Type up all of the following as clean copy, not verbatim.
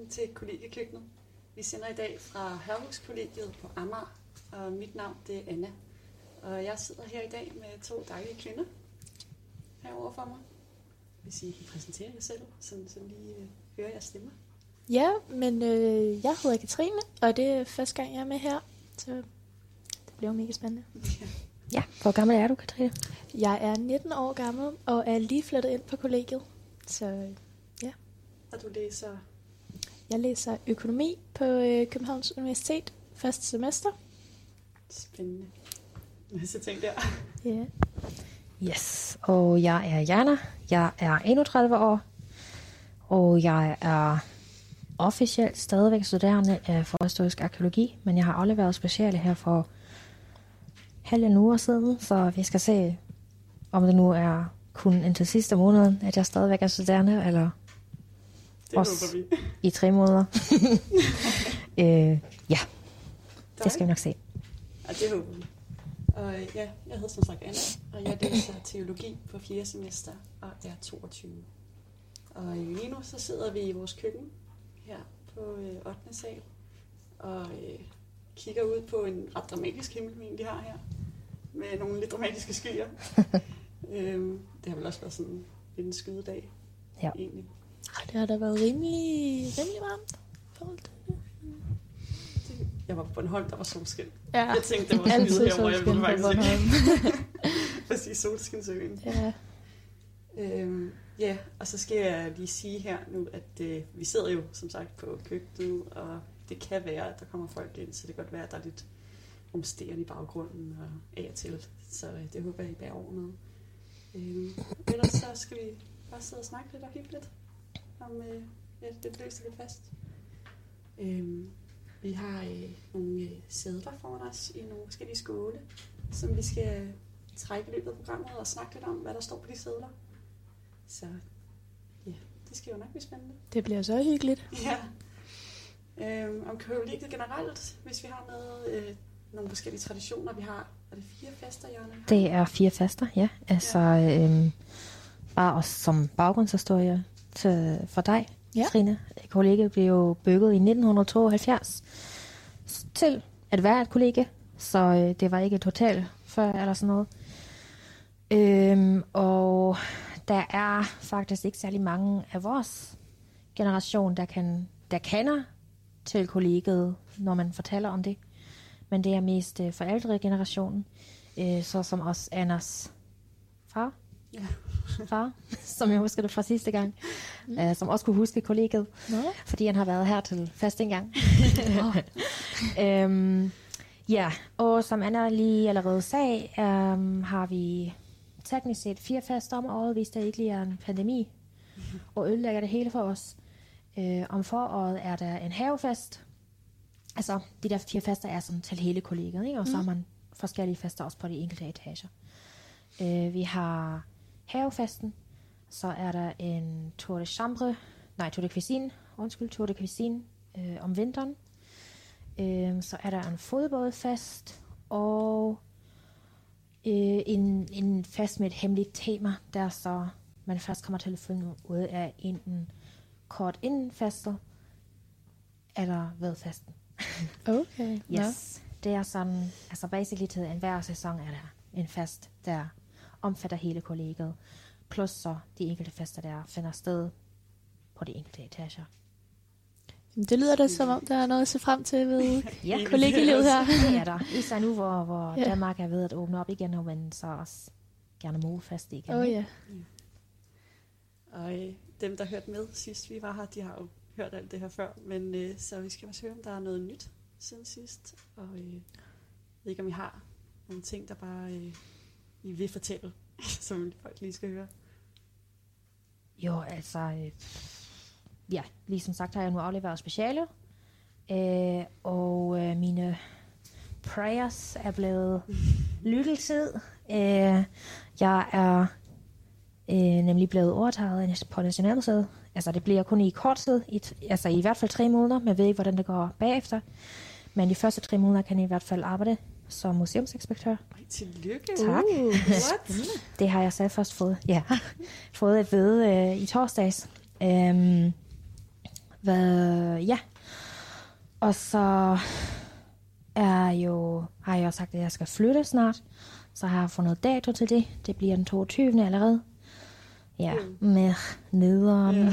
velkommen til kollegiekøkkenet. Vi sender i dag fra Hørhuskollegiet på Amager, og mit navn det er Anna. Og jeg sidder her i dag med 2 dejlige kvinder herovre for mig. Hvis I kan præsentere jer selv, så lige hører jeres stemmer. Ja, men jeg hedder Katrine, og det er første gang, jeg er med her, så det bliver mega spændende. Ja, hvor gammel er du, Katrine? Jeg er 19 år gammel, og er lige flyttet ind på kollegiet, så ja. Og du læser? Jeg læser økonomi på Københavns Universitet, første semester. Spændende. Næste ting der. Ja. Yes, og jeg er Jana. Jeg er 31 år, og jeg er officielt stadigvæk studerende af forhistorisk arkæologi, men jeg har aldrig været speciale her for halv uge siden, så vi skal se, om det nu er kun indtil sidste måned, at jeg stadigvæk er studerende, eller det håber vi. I 3 måneder. Ja, det skal vi nok se. Og det håber vi. Og ja, jeg hedder som sagt Anna, og jeg læser teologi på 4. semester og er 22. Og lige nu så sidder vi i vores køkken her på 8. sal og kigger ud på en ret dramatisk himmel, vi egentlig har her, med nogle lidt dramatiske skyer. Det har vel også været sådan en skydedag, ja. Egentlig. Det har da været rimelig varmt. Jeg var på Bornholm, der var solskin. Ja, jeg tænkte, der var skyde herovre, jeg ville faktisk ikke. Præcis, solskinsøen. Ja. Ja, og så skal jeg lige sige her nu, at vi sidder jo som sagt på køkkenet, og det kan være, at der kommer folk ind, så det kan godt være, at der er lidt rumsterende i baggrunden og af og til. Så det håber jeg, I bærer over med. Ellers så skal vi bare sidde og snakke lidt og hygge lidt om lidt løst og lidt fast. Vi har nogle sædler foran os i nogle forskellige skåle, som vi skal trække i løbet af programmet og snakke lidt om, hvad der står på de sædler. Så ja, det skal jo nok blive spændende. Det bliver så hyggeligt. Ja. Om kollegiet generelt, hvis vi har nogle forskellige traditioner. Vi har, er det 4 fester, Jørgen? Det er 4 fester, ja. Altså, bare også som baggrundshistorie for dig, Trine. Kollegiet blev jo bygget i 1972 til at være et kollegie, så det var ikke totalt før eller sådan noget. Og der er faktisk ikke særlig mange af vores generation, der kender til kollegiet, når man fortæller om det. Men det er mest forældregenerationen, så som også Anders far, som jeg husker det fra sidste gang, som også kunne huske kollegiet, fordi han har været her til fast en gang. Ja, og som Anna lige allerede sagde, har vi teknisk set 4 fester om året, hvis der ikke lige er en pandemi, og ødelægger det hele for os. Om foråret er der en havefest. Altså, de der 4 fester er sådan til hele kollegiet, ikke? Og så har man forskellige fester også på de enkelte etager. Vi har havefesten, så er der en tour de cuisine om vinteren. Så er der en fodboldfest, og en fest med et hemmeligt tema, der så man først kommer til at finde ud af enten kort inden fester, eller ved festen. Okay. Yes. Det er sådan, altså basically til enhver sæson er der en fest, der omfatter hele kollegiet, plus så de enkelte fester, der finder sted på de enkelte etager. Det lyder da som om, der er noget at se frem til ved kollegielivet her. Det er der. Især nu, hvor Danmark er ved at åbne op igen, men så også gerne målfest igen. Ja. Og dem, der hørte med sidst vi var her, de har jo hørt alt det her før, men så vi skal også høre, om der er noget nyt siden sidst. Og jeg ved ikke, om I har nogle ting, der bare I vil fortælle, som folk lige skal høre. Jo, altså... Ja, ligesom sagt har jeg nu afleveret speciale, og mine prayers er blevet lyttet til. Jeg er nemlig blevet overtaget på Nationalmuseet. Altså det bliver kun i kort tid, altså i hvert fald 3 måneder, men jeg ved ikke, hvordan det går bagefter. Men de første 3 måneder kan jeg i hvert fald arbejde som museumsinspektør. Tillykke. Tak. Det har jeg selv først fået. Ja, fået at vide i torsdags. Ja. Og så har jeg jo sagt, at jeg skal flytte snart. Så har jeg fundet dato til det. Det bliver den 22. allerede. Ja, med nederen.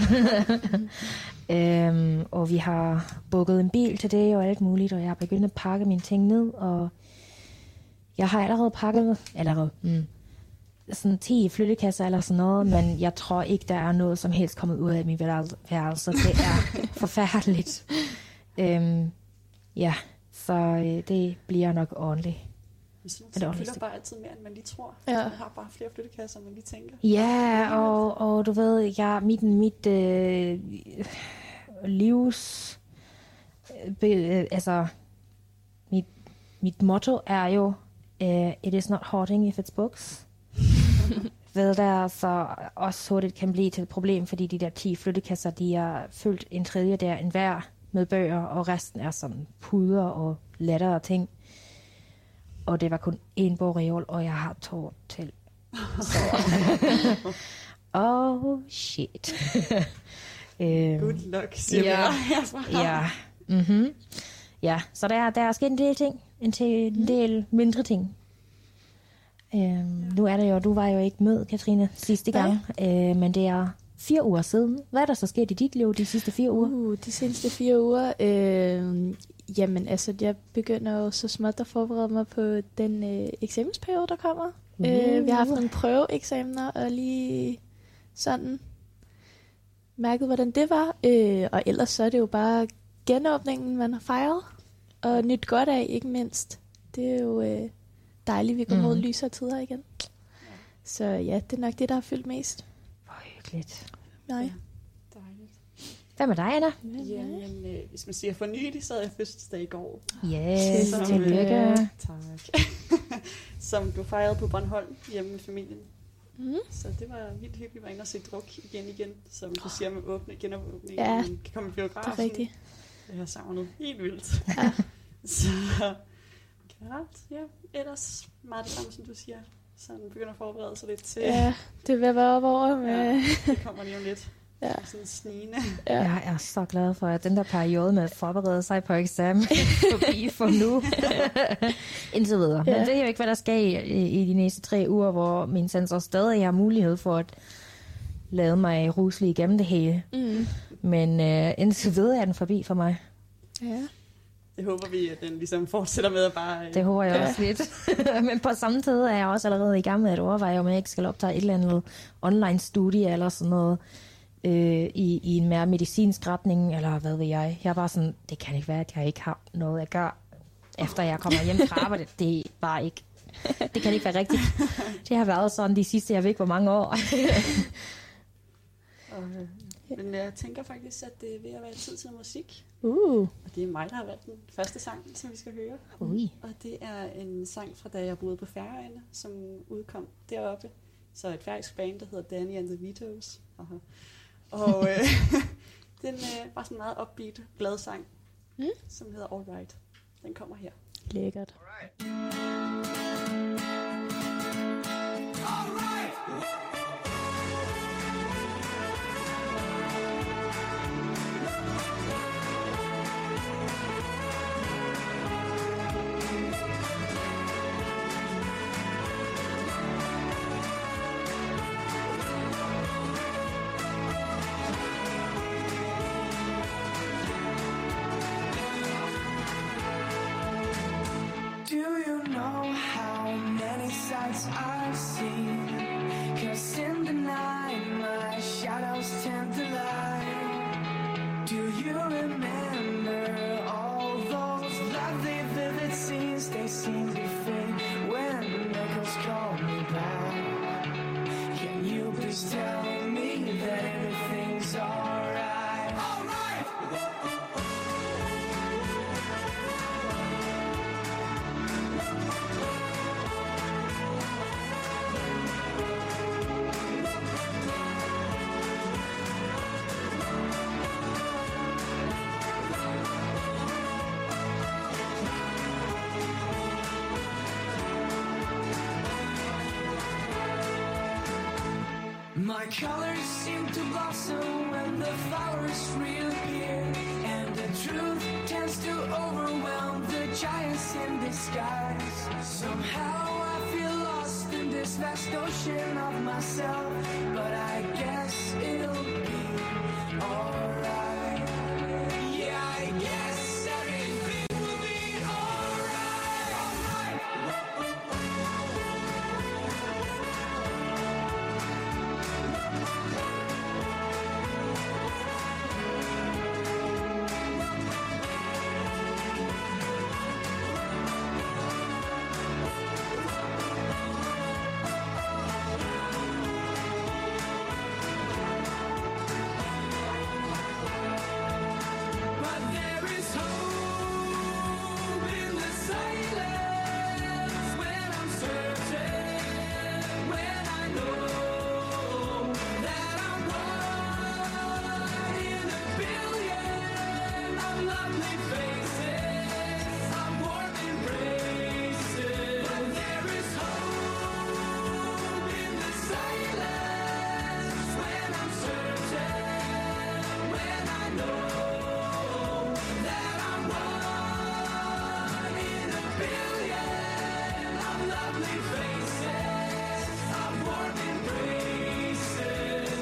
Og vi har booket en bil til det og alt muligt, og jeg har begyndt at pakke mine ting ned, og jeg har allerede pakket sådan 10 flyttekasser eller sådan noget, men jeg tror ikke, der er noget som helst kommet ud af min værelse. Det er forfærdeligt. Ja, så det bliver nok ordentligt. Det fylder bare altid mere, end man lige tror. Ja. Man har bare flere flyttekasser, end man lige tænker. Ja, og du ved, mit livs... mit motto er jo, it is not hoarding if it's books. Ved der så også hurtigt kan blive til et problem, fordi de der 10 flyttekasser, de er fyldt en tredje der en hver med bøger, og resten er sådan puder og latter og ting. Og det var kun 1 bogreol, og jeg har 2 til. Så. Oh, shit. Good luck, siger vi. Ja. Mm-hmm. Ja, så der er sket en del ting. En del mindre ting. Nu er det jo, du var jo ikke med, Katrine, sidste gang. Men det er 4 uger siden. Hvad er der så sket i dit liv de sidste 4 uger? De seneste 4 uger... Jamen, altså, jeg begynder jo så småt at forberede mig på den eksamensperiode, der kommer. Vi har haft nogle prøveeksamener, og lige sådan mærket, hvordan det var. Og ellers så er det jo bare genåbningen, man har fejret. Og nyt godt af, ikke mindst. Det er jo dejligt, vi går mod lysere tider igen. Så ja, det er nok det, der har fyldt mest. Hvor hyggeligt. Nej. Hvad med dig, Anna? Jamen, hvis man siger for nylig, så havde jeg fødselsdag i går. Yes, tillykke. Tak. Som du fejrede på Bornholm hjemme med familien. Så det var vildt hyggeligt. Vi var inde og se Druk igen, som du siger med genåbning. Ja, kan komme i biografen. Det er rigtigt. Det har savnet helt vildt. Ja. Så generelt, ja. Ellers meget det samme, som du siger. Så man begynder at forberede sig lidt til... Ja, det vil være op over med... Ja, det kommer lige om lidt. Ja. Sådan snigende. Ja. Jeg er så glad for, at den der periode med at forberede sig på eksamen forbi for nu. Indtil videre. Men det er jo ikke, hvad der skal i de næste 3 uger, hvor min sensor stadig har mulighed for at lade mig rusle igennem det hele. Men indtil videre er den forbi for mig. Ja. Det håber vi, at den ligesom fortsætter med at bare... Det håber jeg også lidt. Men på samme tid er jeg også allerede i gang med at overveje, om jeg ikke skal optage et eller andet online-studie eller sådan noget. I en mere medicinsk retning, eller hvad ved jeg. Jeg er bare sådan, det kan ikke være, at jeg ikke har noget at gøre, efter jeg kommer hjem fra arbejde. Det er bare ikke, det kan ikke være rigtigt. Det har været sådan de sidste, jeg ved ikke hvor mange år. Men jeg tænker faktisk, at det er ved at være tid til musik. Og det er mig, der har valgt den første sang, som vi skal høre. Og det er en sang fra da jeg boede på Færøerne, som udkom deroppe. Så et færøsk band, der hedder Danny and the Vitos. Og den var sådan en meget upbeat, glad sang, som hedder All Right. Den kommer her. Lækkert. All right. Do you know how My colors seem to blossom when the flowers reappear, and the truth tends to overwhelm the giants in disguise. Somehow I feel lost in this vast ocean of myself, but I guess it'll be alright. Yeah, I guess everything will be alright. But there is hope in the silence when I'm certain, when I know that I'm one in a billion of lovely faces, of warm embraces. But there is hope in the silence when I'm certain, when I know that I'm one in a billion of lovely faces, of warm embraces.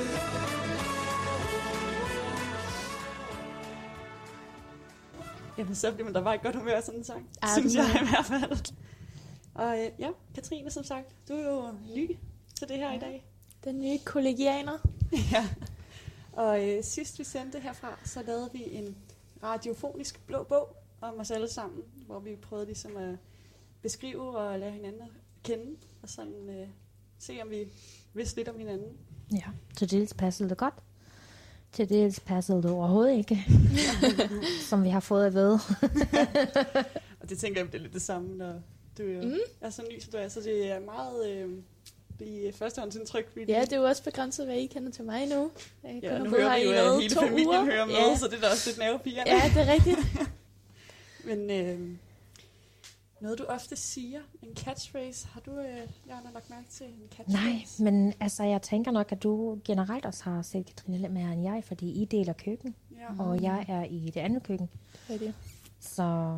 Jamen, så bliver man da bare i godt humør af sådan en sang, Ja, synes det jeg er- i hvert fald. Og ja, Katrine, som sagt, du er jo ny til det her i dag. Den nye kollegianer. Ja. Og sidst vi sendte herfra, så lavede vi en radiofonisk blå bog om os alle sammen, hvor vi prøvede ligesom at beskrive og lære hinanden at kende, og sådan se, om vi vidste lidt om hinanden. Ja, til dels passede det godt. Til dels passede det overhovedet ikke, som vi har fået at vide. Og det tænker jeg, det er lidt det samme, når du er så ny, som du er. Så det er meget i førstehåndsindtryk. Ja, det er jo også begrænset, hvad I kender til mig nu. Jeg Ja, kun nu har boet hører her vi i jo, hvad, at hele 2 familien uger. hører med, Ja. så det er da også lidt nervepirrende. Ja, det er rigtigt. Men noget du ofte siger, en catchphrase, har du, Jørgen, lagt mærke til en catchphrase? Nej, men altså, jeg tænker nok, at du generelt også har set Katrine lidt mere end jeg, fordi I deler køkken, Ja. og jeg er i det andet køkken. Rigtigt. Så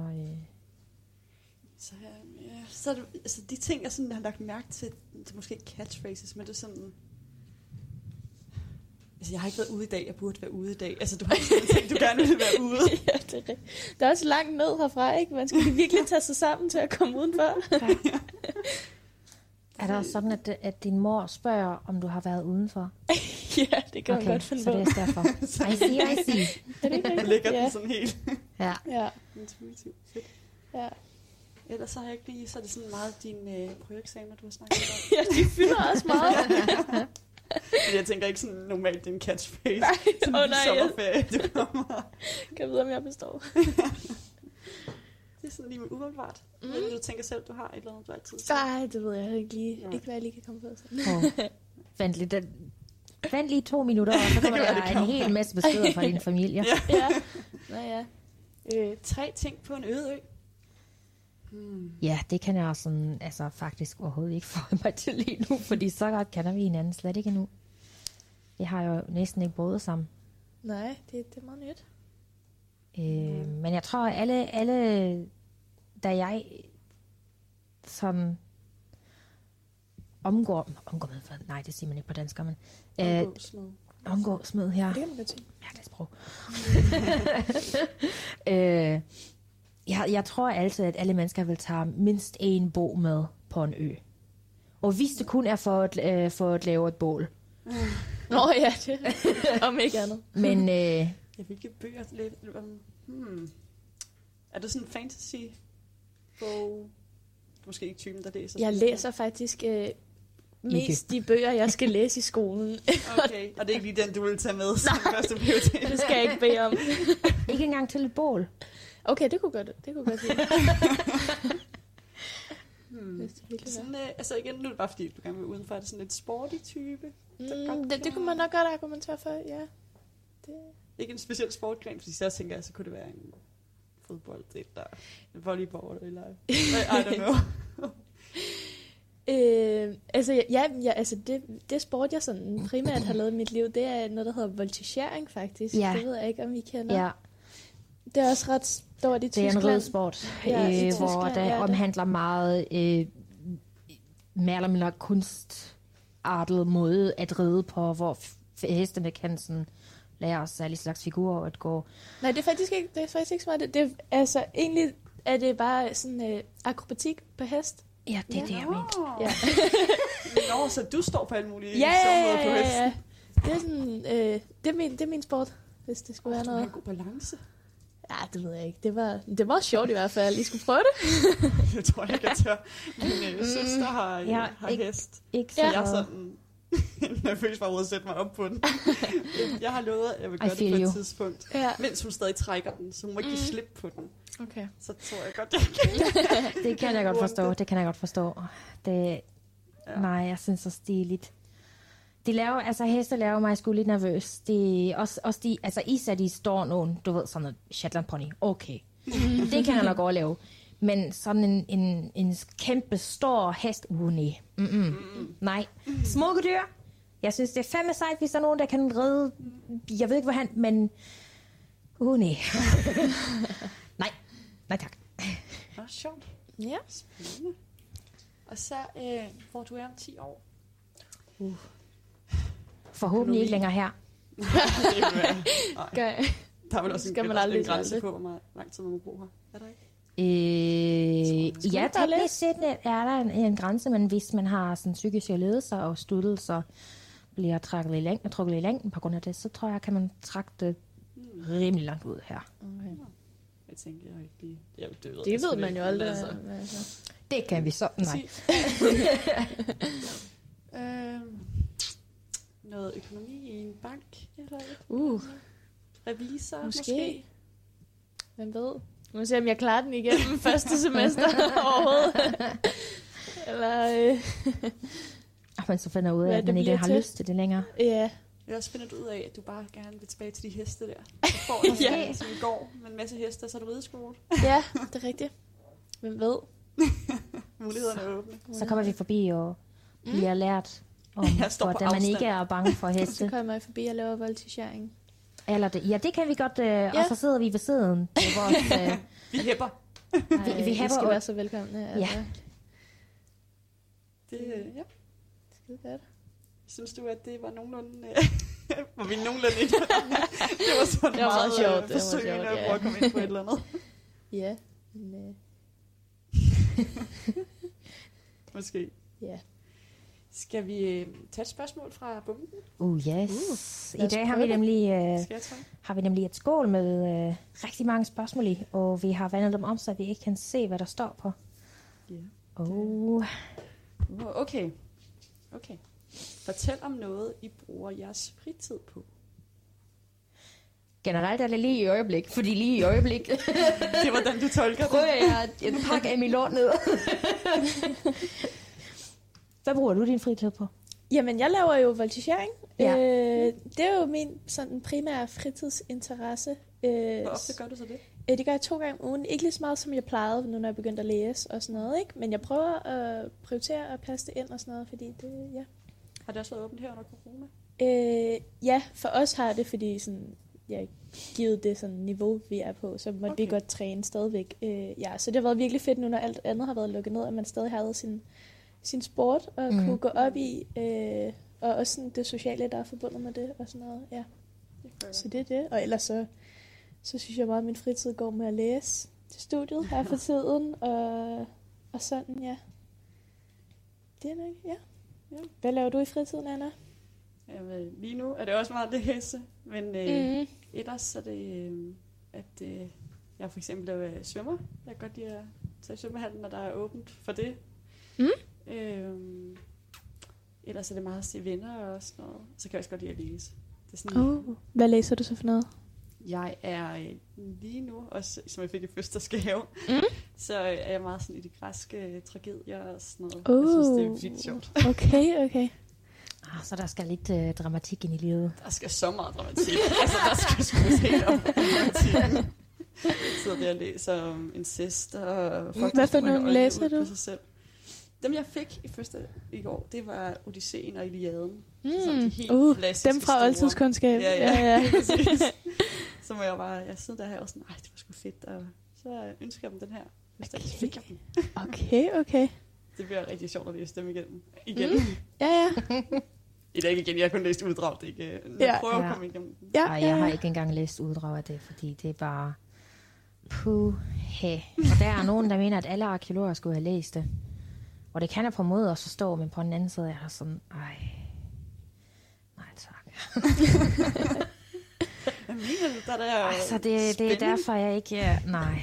Så er det, altså de ting, jeg sådan har lagt mærke til måske ikke catchphrases, men det er sådan... Altså, jeg har ikke været ude i dag, jeg burde være ude i dag. Altså, du har ikke sådan ting, du gerne vil være ude. Ja, det er rigtigt. Der er også langt ned herfra, ikke? Man skal virkelig tage sig sammen til at komme udenfor. er der også sådan, at din mor spørger, om du har været udenfor? Ja, det kan man godt finde så på. det er derfor. I see. Er det ikke Du rigtigt? lægger Ja. den sådan helt Ja. Ja, intuitivt. Fedt. ja. Ellers så har jeg ikke lige, så er det sådan meget dine prøveeksamener, du har snakket om. Ja, de fylder også meget. Men jeg tænker ikke sådan normalt, det er en catchphrase. Nej, Sådan en nej. sommerferie, du kommer. Kan jeg vide, om jeg består? Det er sådan lige med umiddelbart. Men du tænker selv, du har et eller andet, du altid Nej, det ved jeg ikke lige. Nej. Ikke hvad jeg lige kan komme på. Sådan. Vent lige 2 minutter, og så kommer Det kan være, der det en kommer. hel masse beskeder fra din familie. Ja. Ja. Nå ja. 3 ting på en øde ø. Ja, det kan jeg sådan, altså, faktisk overhovedet ikke få mig til lige nu, fordi så godt kender vi hinanden slet ikke endnu. Vi har jo næsten ikke boet sammen. Nej, det er meget nyt. Men jeg tror, alle da jeg sådan omgår med, nej, det siger man ikke på dansk, men omgås med her. Det kan man godt sige. Mærkeligt sprog. Jeg tror altid, at alle mennesker vil tage mindst 1 bog med på en ø. Og hvis det kun er for at lave et bål. Nå ja, det om ikke andet. Men Ja, hvilke bøger? Er det sådan en fantasy-bog? Måske ikke typen, der læser? Jeg sådan læser faktisk mest de bøger, jeg skal læse i skolen. noget? Okay, og det er ikke lige den, du vil tage med som første prioritet? Det skal jeg ikke bede om. ikke engang til et bål. Okay, det kunne godt sige. Hvis det virkelig var. Sådan, altså igen, nu er det bare fordi, du gerne vil udenfor. Er det sådan lidt sporty type? Det kunne man nok godt argumentere for, ja. Det... Ikke en speciel sportgren, fordi så tænker jeg, så kunne det være en fodbold, eller en volleyball, eller I don't know. Det sport, jeg sådan primært har lavet i mit liv, det er noget, der hedder voltigering, faktisk. Ja. Det ved jeg ikke, om I kender. Ja, Det er også ret stort i det er Tyskland. en ridesport, Ja, i hvor Tyskland, der ja, det. omhandler meget mere eller mindre kunstartet måde at ride på, hvor hestene kan sådan lære særlig slags figurer at gå. Nej, det er faktisk ikke så meget. Altså, egentlig er det bare sådan akrobatik på hest. Ja, det er det, jeg mente. Ja. Nå, så du står på alle mulige Ja. sjove måder på hesten. Det er sådan, det er min sport, hvis det skulle være Du har en noget. god balance. Ja, det ved jeg ikke. Det var sjovt i hvert fald. I skulle prøve det. Jeg tror ikke, jeg tør. Min søster har ikke- hest. Ikke Så så jeg er sådan nervøs for at sætte mig op på den. Jeg har lovet, at jeg vil gøre det på feel et you. tidspunkt. Ja. Mens hun stadig trækker den, så hun må ikke give slip på den. Okay. Så tror jeg godt, jeg kan. Det kan jeg godt forstå. Det kan jeg godt forstå. Det, Ja. nej, jeg synes også, det er lidt... Heste laver mig sgu lidt nervøs. Det er også de, altså især de står nogen, du ved, sådan noget Shetland pony. Okay. Det kan jeg nok overleve. Men sådan en kæmpe stor hest, nej. Nej. Smukke dyr. Jeg synes, det er fandme sejt, hvis der er nogen, der kan ride. Jeg ved ikke, hvor han, men... nej. Nej, tak. Nå, sjovt. Ja. Spændende. Og så, hvor du er om 10 år. Forhåbentlig ikke længere her. Det vil være. Nej, Gør jeg. der er vel også Skal man en aldrig grænse gøre det? på, hvor lang tid man må bo her. Er der ikke? Ja, vi bare teknisk set er der en grænse, men hvis man har sådan psykiske lidelser og stuttelser, bliver trukket i længden på grund af det, så tror jeg, kan man trække det rimelig langt ud her. Okay. Jeg tænker, jeg ikke blive... Jeg vil døde. Det ved man jo aldrig. Altså. Altså. Det kan vi så. Nej. Noget økonomi i en bank, eller et? Revisor, Måske. Hvem ved? Nu må se, om jeg klarer den igennem første semester overhovedet. Eller, Og man så finder ud af, Hvad at det man ikke bliver har til. lyst til det længere. ja. Jeg har også fundet ud af, at du bare gerne vil tilbage til de heste der. Så får du Ja. som i går med en masse heste, så er du rideskole. Ja, det er rigtigt. Hvem ved? Mulighederne er åbne. Så kommer vi forbi og bliver lært om, Jeg står på hvordan man afstand. ikke er bange for Så heste. kommer jeg forbi og laver voltigering. Eller det. Ja, det kan vi godt. Og så sidder vi ved siden. Det er vores, Vi hæpper. vi I hæpper skal og- være så velkomne. Altså. Det, ja. Skide godt. Synes du, at det var nogenlunde... var vi nogenlunde ikke? Det var sådan Det var meget sjovt, det var forsøgende sjovt, at ja. prøve at komme ind på et eller andet. Ja, men Måske. ja. Skal vi tage et spørgsmål fra bunken? Yes. I lad os dag har prøve vi nemlig... Skal jeg tage? har vi nemlig et skål med rigtig mange spørgsmål i, og vi har vandet dem om, så vi ikke kan se, hvad der står på. Ja. Okay. Okay. Fortæl om noget, I bruger jeres fritid på. Generelt er det lige i øjeblik, fordi lige i øjeblik Det var den, du tolker prøver det. jeg at pakke af min lort ned. Hvad bruger du din fritid på? Jamen, jeg laver jo voltigering. Ja. Det er jo min sådan primære fritidsinteresse. Hvor ofte gør du så det? Det gør jeg 2 gange om ugen. Ikke lige så meget, som jeg plejede, nu når jeg begyndte at læse og sådan noget. Ikke? Men jeg prøver at prioritere at passe det ind og sådan noget, fordi det, ja. Har det også været åbent her under corona? Ja, for os har det, fordi sådan, ja, givet det sådan niveau, vi er på, så måtte vi godt træne stadigvæk. Ja, så det har været virkelig fedt nu, når alt andet har været lukket ned, at man stadig havde sin sport og kunne gå op i, og også sådan det sociale, der er forbundet med det og sådan noget. Ja. Så det er det. Og ellers så synes jeg meget, at min fritid går med at læse til studiet her for tiden, og sådan, ja. Det er nok, ja. Hvad laver du i fritiden, Anna? Jamen, lige nu er det også meget læse, men ellers er det, at jeg for eksempel svømmer. Jeg kan godt lide at tage i svømmehallen, når der er åbent for det. Ellers er det meget at se venner og sådan noget. Så kan jeg også godt lide at læse. Det er sådan, Hvad læser du så for noget? Jeg er lige nu, også som jeg fik i fødselsdagsgave, så er jeg meget sådan i de græske tragedier og sådan noget. Jeg synes, det er vildt sjovt. Okay. Så der skal lidt dramatik ind i livet. Der skal så meget dramatik. Altså, der skal skrues helt op på dramatikken. Jeg sidder der og læser om incest og folk, Hvad for nogle læser du? På sig selv. Dem jeg fik i går, det var Odysseen og Iliaden. Mm. De helt klassiske Dem fra store. oldtidskundskab. Ja. Præcis. Så må jeg bare, siden der her og sådan, det var sgu fedt, og så ønsker jeg dem den her. Hvis der ikke fik jeg dem. Okay. Det bliver rigtig sjovt at læse dem igen. Ja. I dag igen, jeg har kun læst uddrag, det ikke. Jeg prøver at komme igennem dem. Og jeg har ikke engang læst uddrag af det, fordi det er bare puha. Og der er nogen, der mener, at alle arkeologer skulle have læst det. Og det kan jeg på en måde også forstå, men på den anden side er jeg sådan, nej tak. Hvad mener du, der er altså, det er derfor, jeg ikke... Nej.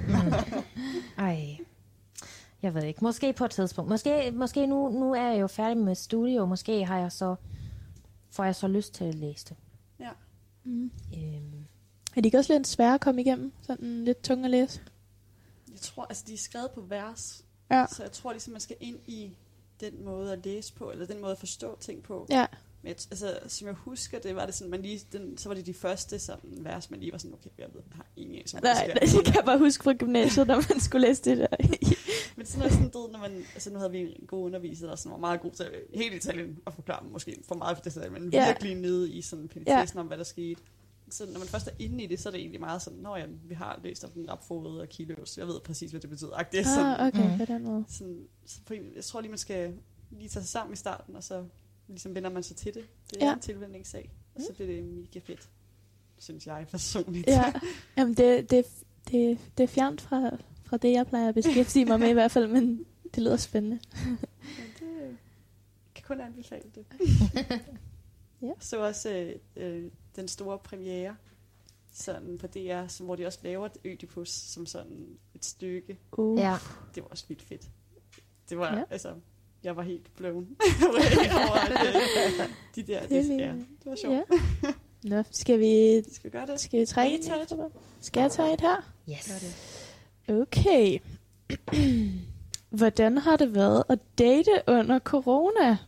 Jeg ved ikke. Måske på et tidspunkt. Måske nu er jeg jo færdig med studio. Måske får jeg så lyst til at læse det. Ja. Er de ikke også lidt svære at komme igennem? Sådan lidt tung at læse? Jeg tror, de er skrevet på vers. Ja. Så jeg tror ligesom, man skal ind i den måde at læse på, eller den måde at forstå ting på. Ja. Men som jeg husker, det var det sådan, så var det de første sådan, vers, man lige var sådan, okay, jeg ved, jeg har ingen som Nej, jeg kan bare huske fra gymnasiet, når man skulle læse det der. Men sådan noget sådan, når man, nu havde vi en god underviser, der sådan var meget god til helt i detaljen at forklare dem, måske for meget for det, men virkelig nede i sådan penetesen om, hvad der skete. Så når man først er inde i det, så er det egentlig meget sådan, vi har læst om den rapfodede og Kiløs, jeg ved præcis, hvad det betyder. Det er sådan, okay, på den måde. Jeg tror lige, man skal lige tage sig sammen i starten, og så ligesom vender man sig til det. Det er en tilvændingssag, og så bliver det mega fedt, synes jeg personligt. Ja, jamen det er fjernt fra det, jeg plejer at beskæftige mig med i hvert fald, men det lyder spændende. Det kan kun anbefale det. Ja. Så også den store premiere sådan på DR, hvor de også laver et Ødipus som sådan et stykke. Ja. Det var også vildt fedt. Det var jeg var helt blown over de der. Det var sjovt. Ja. Nå, skal vi gøre det? Skal vi trække et? Skal jeg tage et her? Yes. Okay. Hvordan har det været at date under corona?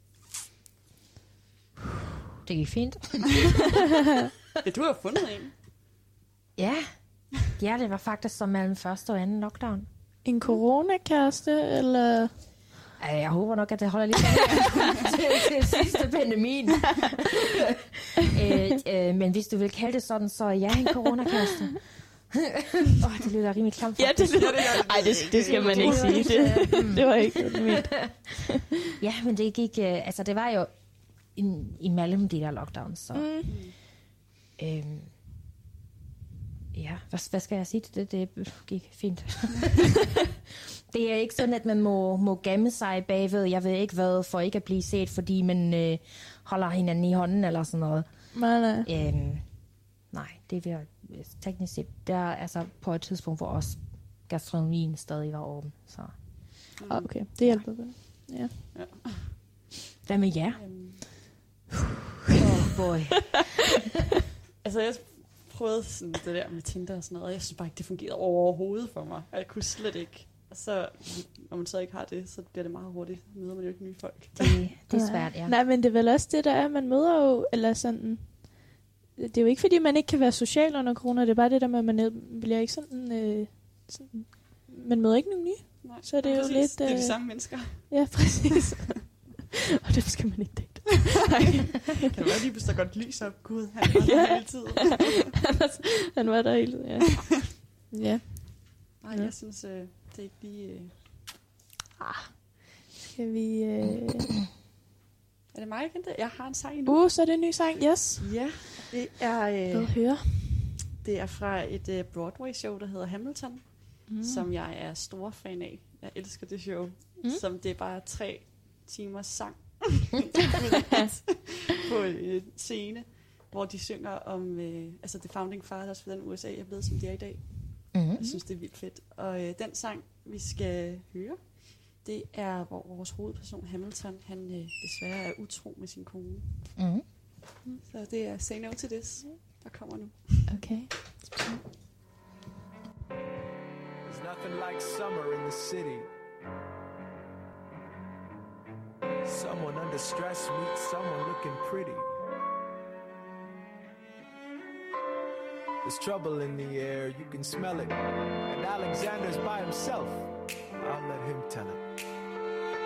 Det gik fint. Ja, du har fundet en. Ja, det var faktisk som mellem første og anden lockdown. En coronakæreste, eller... Jeg håber nok, at det holder lidt til sidste pandemien. Men hvis du vil kalde det sådan, så er jeg en coronakæreste. Det lyder rimelig klamt. Ja, det lyder... Ej, det skal man ikke sige. Det var ikke ment. Ja, men det gik... det var jo imellem de der lockdowns, så... hvad skal jeg sige til det? Det gik fint. Det er ikke sådan, at man må gemme sig bagved, jeg ved ikke hvad, for ikke at blive set, fordi man holder hinanden i hånden eller sådan noget. Nej. Nej, det vil teknisk set, der er altså på et tidspunkt, hvor også gastronomien stadig var åben. Så. Okay, det hjælper vel. Ja. Hvad med jer? Boy. Jeg prøvede sådan det der med Tinder og sådan noget, og jeg synes bare ikke, det fungerede overhovedet for mig. Jeg kunne slet ikke. Og så, når man så ikke har det, så bliver det meget hurtigt. Så møder man jo ikke nye folk. Det er svært, ja. Nej, men det er vel også det, der er, man møder jo, eller sådan... Det er jo ikke, fordi man ikke kan være social under corona, det er bare det der med, at man bliver ikke sådan... man møder ikke nogen nye. Nej, så det er præcis. jo lidt... Det er de samme mennesker. Ja, præcis. Og det skal man ikke date. Kan det være lige pludselig godt lys op? Gud, han var der hele tiden. Han var der hele tiden, ja. Ja. Nej, jeg synes, det er ikke lige... Skal vi... Er det mig, jeg kendte? Jeg har en sang endnu. Så er det en ny sang, yes. Ja, det er... høre. Det er fra et Broadway-show, der hedder Hamilton, som jeg er stor fan af. Jeg elsker det show, som det er bare 3 timers sang på en scene, hvor de synger om the founding fathers for den USA er blevet, som de er i dag. Jeg synes, det er vildt fedt. Og den sang, vi skal høre, det er, hvor vores hovedperson Hamilton, han desværre er utro med sin kone. Så det er Say No To This, der kommer nu. Okay. There's nothing like summer in the city. Someone under stress meets someone looking pretty. There's trouble in the air, you can smell it. And Alexander's by himself. I'll let him tell it.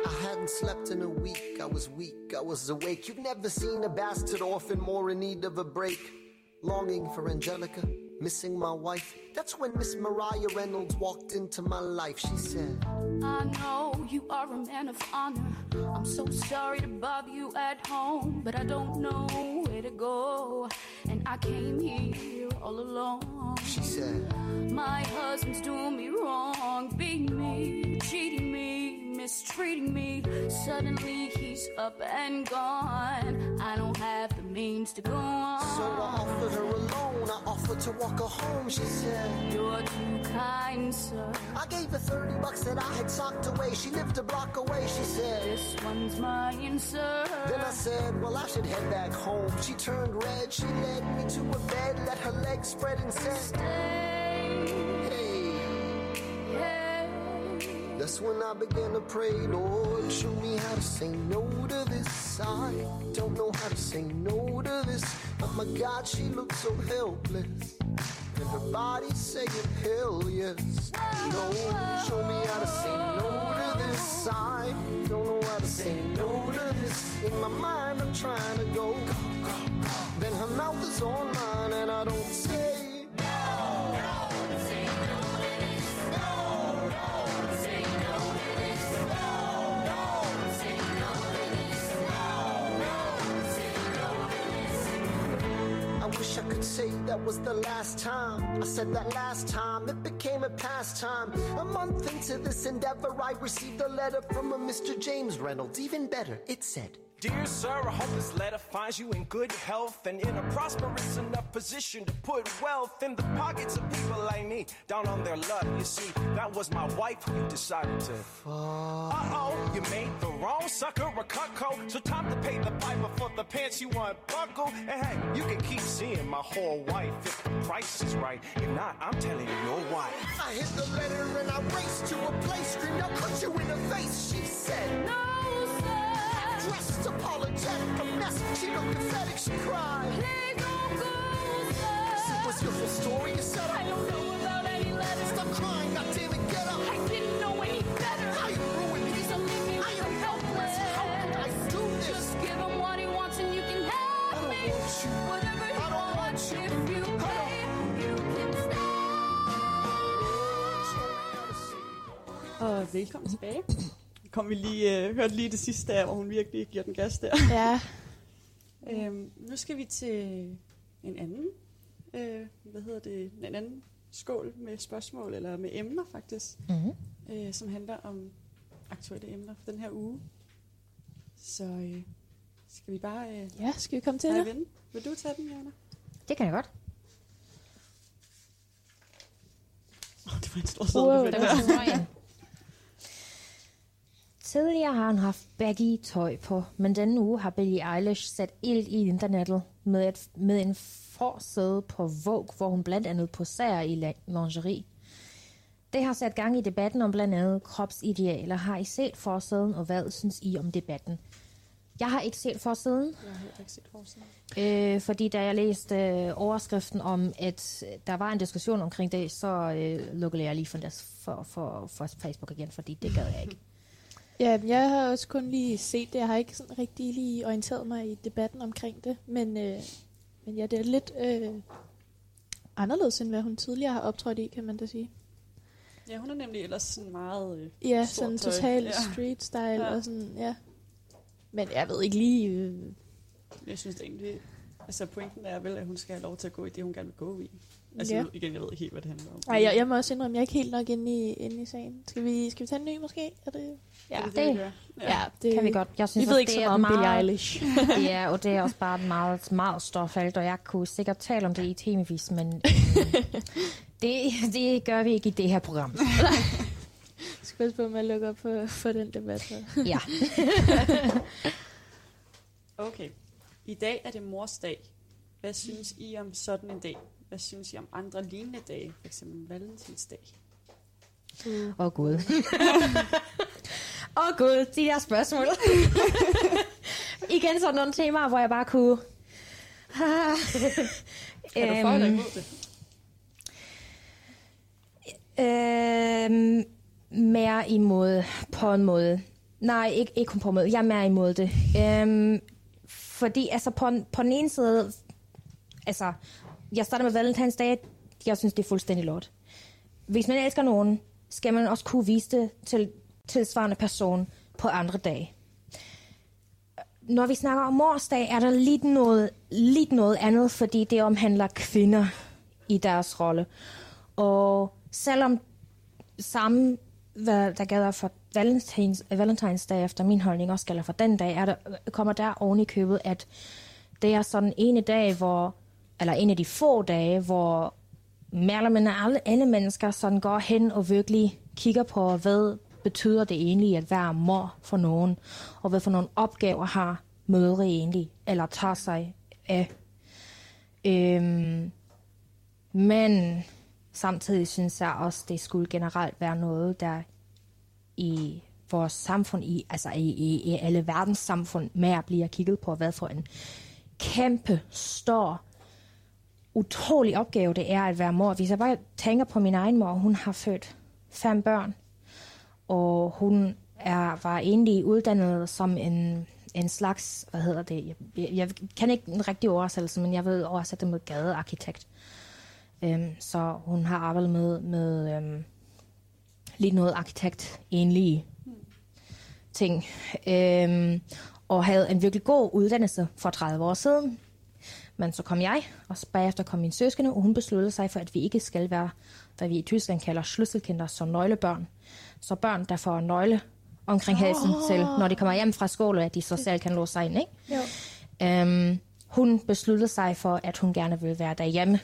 I hadn't slept in a week, I was weak, I was awake. You've never seen a bastard orphan more in need of a break. Longing for Angelica, missing my wife. That's when Miss Mariah Reynolds walked into my life. She said, I know you are a man of honor. I'm so sorry to bother you at home, but I don't know where to go, and I came here all alone. She said, my husband's doing me wrong, beating me, cheating me, mistreating me. Suddenly he's up and gone. I don't have the means to go on. So I offered her a loan, I offered to walk her home. She said, you're too kind, sir. I gave her $30 that I had socked away. She lived a block away. She said, this one's mine, sir. Then I said, well, I should head back home. She turned red, she led me to a bed, let her legs spread and said, stay. Hey. Yeah. That's when I began to pray, Lord, show me how to say no to this. I don't know how to say no to this. Oh my God, she looks so helpless, and her body's saying hell yes. No, show me how to say no to this. I don't know how to say no to this. In my mind I'm trying to go. Then her mouth is on mine and I don't say I wish I could say that was the last time I said that last time. It became a pastime. A month into this endeavor, I received a letter from a Mr. James Reynolds. Even better, it said, Dear sir, I hope this letter finds you in good health and in a prosperous enough position to put wealth in the pockets of people like me, down on their luck. You see, that was my wife who you decided to. Uh-oh, you made the wrong sucker a cuckold. So time to pay the piper for the pants you unbuckled. And hey, you can keep seeing my whole wife if the price is right. If not, I'm telling you, your wife. I hit the letter and I raced to a place, screamed, I'll cut you in the face. She said, no, sir. Dressed apologetic, a mess. She looked pathetic, she cried. Please don't go, sir. It was your full story, you said. I don't know about any letters. Stop crying, goddammit, get up. I didn't know any better. How you ruined me? Please don't leave me like I'm helpless. How could I do this? Just give him what he wants and you can have me. Whatever he wants, if you pay, you can stay. Og velkommen tilbage. Kom vi lige, hørte lige det sidste der, hvor hun virkelig giver den gas der. Ja. Nu skal vi til en anden, en anden skål med spørgsmål, eller med emner faktisk, som handler om aktuelle emner for den her uge. Så skal vi bare Ja, skal vi komme til det? vende? Vil du tage den, Jana? Det kan jeg godt. Det var en stor Wow, sæde. Det var sådan, Tidligere har hun haft baggy tøj på, men denne uge har Billie Eilish sat ild i internettet med en forside på Vogue, hvor hun blandt andet poserer i lingerie. Det har sat gang i debatten om blandt andet kropsidealer. Har I set forsiden, og hvad synes I om debatten? Jeg har ikke set forsiden. Jeg har heller ikke set forsiden. Fordi da jeg læste overskriften om, at der var en diskussion omkring det, så lukkede jeg lige for Facebook igen, fordi det gad jeg ikke. Ja, jeg har også kun lige set det. Jeg har ikke sådan rigtig lige orienteret mig i debatten omkring det. Men ja, det er lidt anderledes, end hvad hun tidligere har optrådt i, kan man da sige. Ja, hun er nemlig ellers sådan meget Ja, stort sådan tøj. total street style og sådan, ja. Men jeg ved ikke lige... Jeg synes egentlig, altså pointen er vel, at hun skal have lov til at gå i det, hun gerne vil gå i. Altså Ja. igen, jeg ved ikke helt, hvad det handler om. Ej, jeg må også indrømme, jeg er ikke helt nok inde i sagen. Skal vi tage en ny måske? Er det... Ja, Er det, det- vi gør? ja, det Kan vi godt. Jeg synes, Vi ved også, ikke det så er meget om meget- Billie Eilish. Ja, og det er også bare et meget, meget stort felt, og jeg kunne sikkert tale om det i timevis, men det gør vi ikke i det her program. Skal passe på med at lukke op for den debat. Så. Ja. Okay. I dag er det mors dag. Hvad synes I om sådan en dag? Hvad synes I om andre lignende dage? For eksempel valentinsdag. Åh Gud. Åh Gud, de der spørgsmål. Igen sådan nogle temaer, hvor jeg bare kunne... Er du for eller imod det? Mere imod på en måde. Nej, ikke kun på måde. Jeg er mere imod det. Fordi altså på den ene side, altså jeg starter med Valentinsdag, jeg synes det er fuldstændig lort. Hvis man elsker nogen, skal man også kunne vise det til tilsvarende person på andre dage. Når vi snakker om morsdag, er der lidt noget andet, fordi det omhandler kvinder i deres rolle. Og selvom samme, hvad der gælder for Valentinsdag efter min holdning også gælder for den dag, kommer der oven i købet, at det er sådan en af de få dage, hvor mere eller mindre alle mennesker sådan går hen og virkelig kigger på, hvad betyder det egentlig at være mor for nogen, og hvad for nogle opgaver har mødre egentlig, eller tager sig af. Men samtidig synes jeg også, det skulle generelt være noget, der i vores samfund, i alle verdens samfund, mere bliver kigget på, hvad for en kæmpe, stor, utrolig opgave det er at være mor. Hvis jeg bare tænker på min egen mor, hun har født 5 børn, og hun var egentlig uddannet som en slags, hvad hedder det, jeg kan ikke en rigtig oversættelse, men jeg vil oversætte det med gadearkitekt. Så hun har arbejdet med lidt noget arkitekt egentlig ting, og havde en virkelig god uddannelse for 30 år siden. Men så kom jeg, og bagefter kom min søskende, og hun besluttede sig for, at vi ikke skal være, hvad vi i Tyskland kalder Schlüsselkinder, så nøglebørn. Så børn, der får nøgle omkring halsen til, når de kommer hjem fra skole, at de så selv kan låse sig ind, ikke? Jo. Hun besluttede sig for, at hun gerne ville være derhjemme.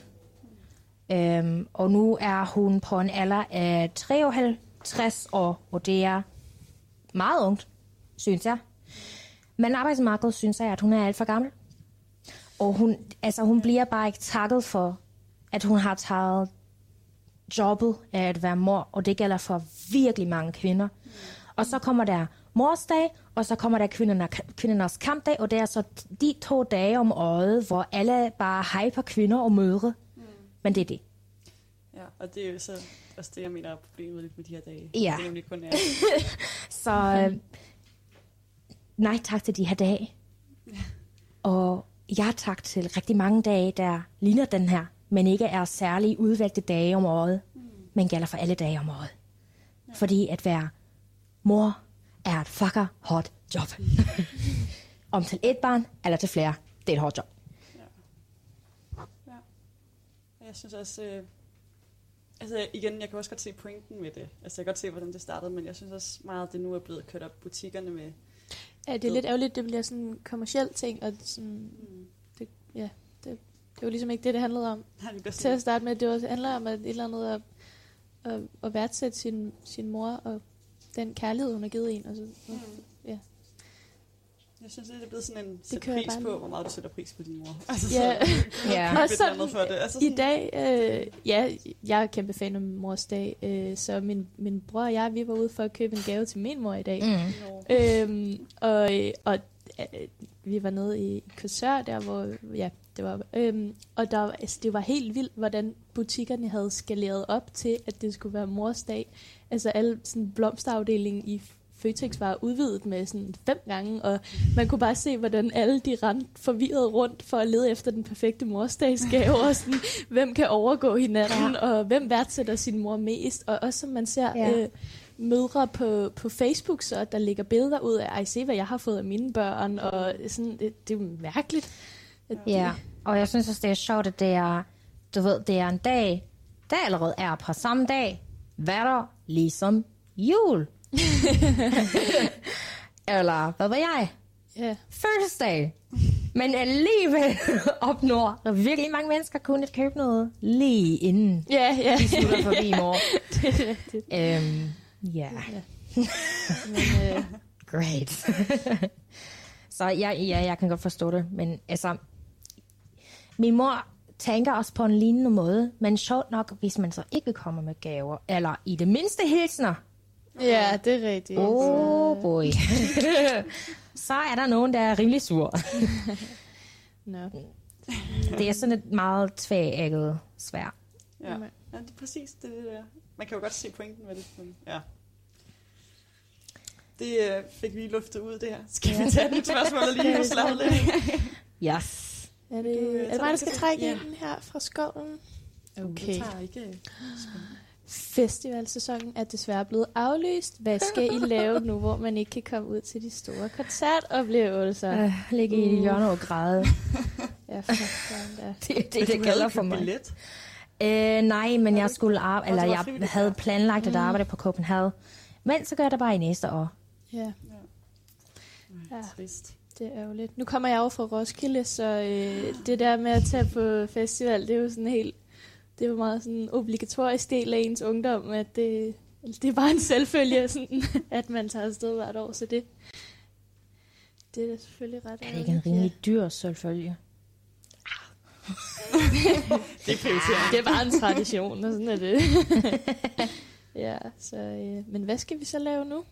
Og nu er hun på en alder af 53 år, og det er meget ungt, synes jeg. Men arbejdsmarkedet synes jeg, at hun er alt for gammel. Og hun bliver bare ikke takket for, at hun har taget jobbet af at være mor, og det gælder for virkelig mange kvinder. Og så kommer der morsdag, og så kommer der kvindernes kampdag, og det er så de 2 dage om året, hvor alle bare hyper kvinder og mødre. Men det er det. Ja, og det er jo så også det, jeg mener er problemet lidt med de her dage. Ja. Det nemlig kun er. Så nej tak til de her dage. Og ja tak til rigtig mange dage, der ligner den her, men ikke er særlig udvalgte dage om året, men gælder for alle dage om året. Ja. Fordi at være mor er et fucker hot job. Om til 1 barn eller til flere, det er et hot job. Ja. Jeg synes også, altså igen, jeg kan også godt se pointen med det. Altså jeg kan godt se, hvordan det startede, men jeg synes også meget, at det nu er blevet kørt op butikkerne med. Ja, det er lidt ærgerligt, det bliver sådan en kommerciel ting, og sådan, det var ligesom ikke det handlede om. Nej, til at starte med, det handler om at et eller andet at værdsætte sin mor, og den kærlighed, hun har givet en. Og så, ja. Jeg synes, det er blevet sådan en pris på, hvor meget du sætter pris på din mor. Altså, ja. Og så for det. Altså, i dag, jeg er kæmpe fan af mors dag, så min bror og jeg, vi var ude for at købe en gave til min mor i dag. Og vi var nede i Korsør, der hvor, det var, og der, altså, det var helt vildt, hvordan butikkerne havde skaleret op til, at det skulle være mors dag. Altså alle sådan blomsterafdelingen i Føtex var udvidet med sådan 5 gange, og man kunne bare se, hvordan alle de rendte forvirret rundt for at lede efter den perfekte morsdagsgave, og sådan, hvem kan overgå hinanden, og hvem værdsætter sin mor mest, og også som man ser mødre på Facebook, så der ligger billeder ud af, se hvad jeg har fået af mine børn, og sådan, det er mærkeligt. Og jeg synes også, det er sjovt, at det er, du ved, det er en dag, der allerede er på samme dag, hvad der ligesom jul. Eller hvad var jeg? Fødselsdag. Men alligevel opnår virkelig mange mennesker kun at købe noget lige inden de slutter forbi mor. Det er rigtigt. Great. Så jeg kan godt forstå det. Men altså, min mor tænker også på en lignende måde. Men sjovt nok, hvis man så ikke kommer med gaver, eller i det mindste hilsner. Ja, det er rigtigt. Oh boy. Så er der nogen, der er rimelig sur. No. Det er sådan et meget tvægægget svær. Ja, det er præcis det der. Man kan jo godt se pointen med det. Men det fik vi lige luftet ud der. Skal vi tage et nyt spørgsmål lige og slå lidt? Yes. Er det mig, der skal trække ind her fra skålen? Okay. Jeg tager ikke... Festivalsæsonen er desværre blevet aflyst. Hvad skal I lave nu, hvor man ikke kan komme ud til de store koncertoplevelser? Ligge i et hjørne og græde. Ja, for fanden da. Det gælder for mig. Billet? Nej, men jeg skulle jeg havde planlagt at arbejde på Copenhagen. Men så gør jeg det bare i næste år. Ja. Ja. Trist. Det er ærgerligt. Nu kommer jeg jo fra Roskilde, så det der med at tage på festival, det er jo sådan helt... Det er jo meget sådan en obligatorisk del af ens ungdom, at det er bare en selvfølge, sådan, at man tager afsted hvert år, så det er da selvfølgelig ret. Er det ikke en rimelig dyr selvfølge? Det er bare en tradition, og sådan er det. Ja, så, men hvad skal vi så lave nu?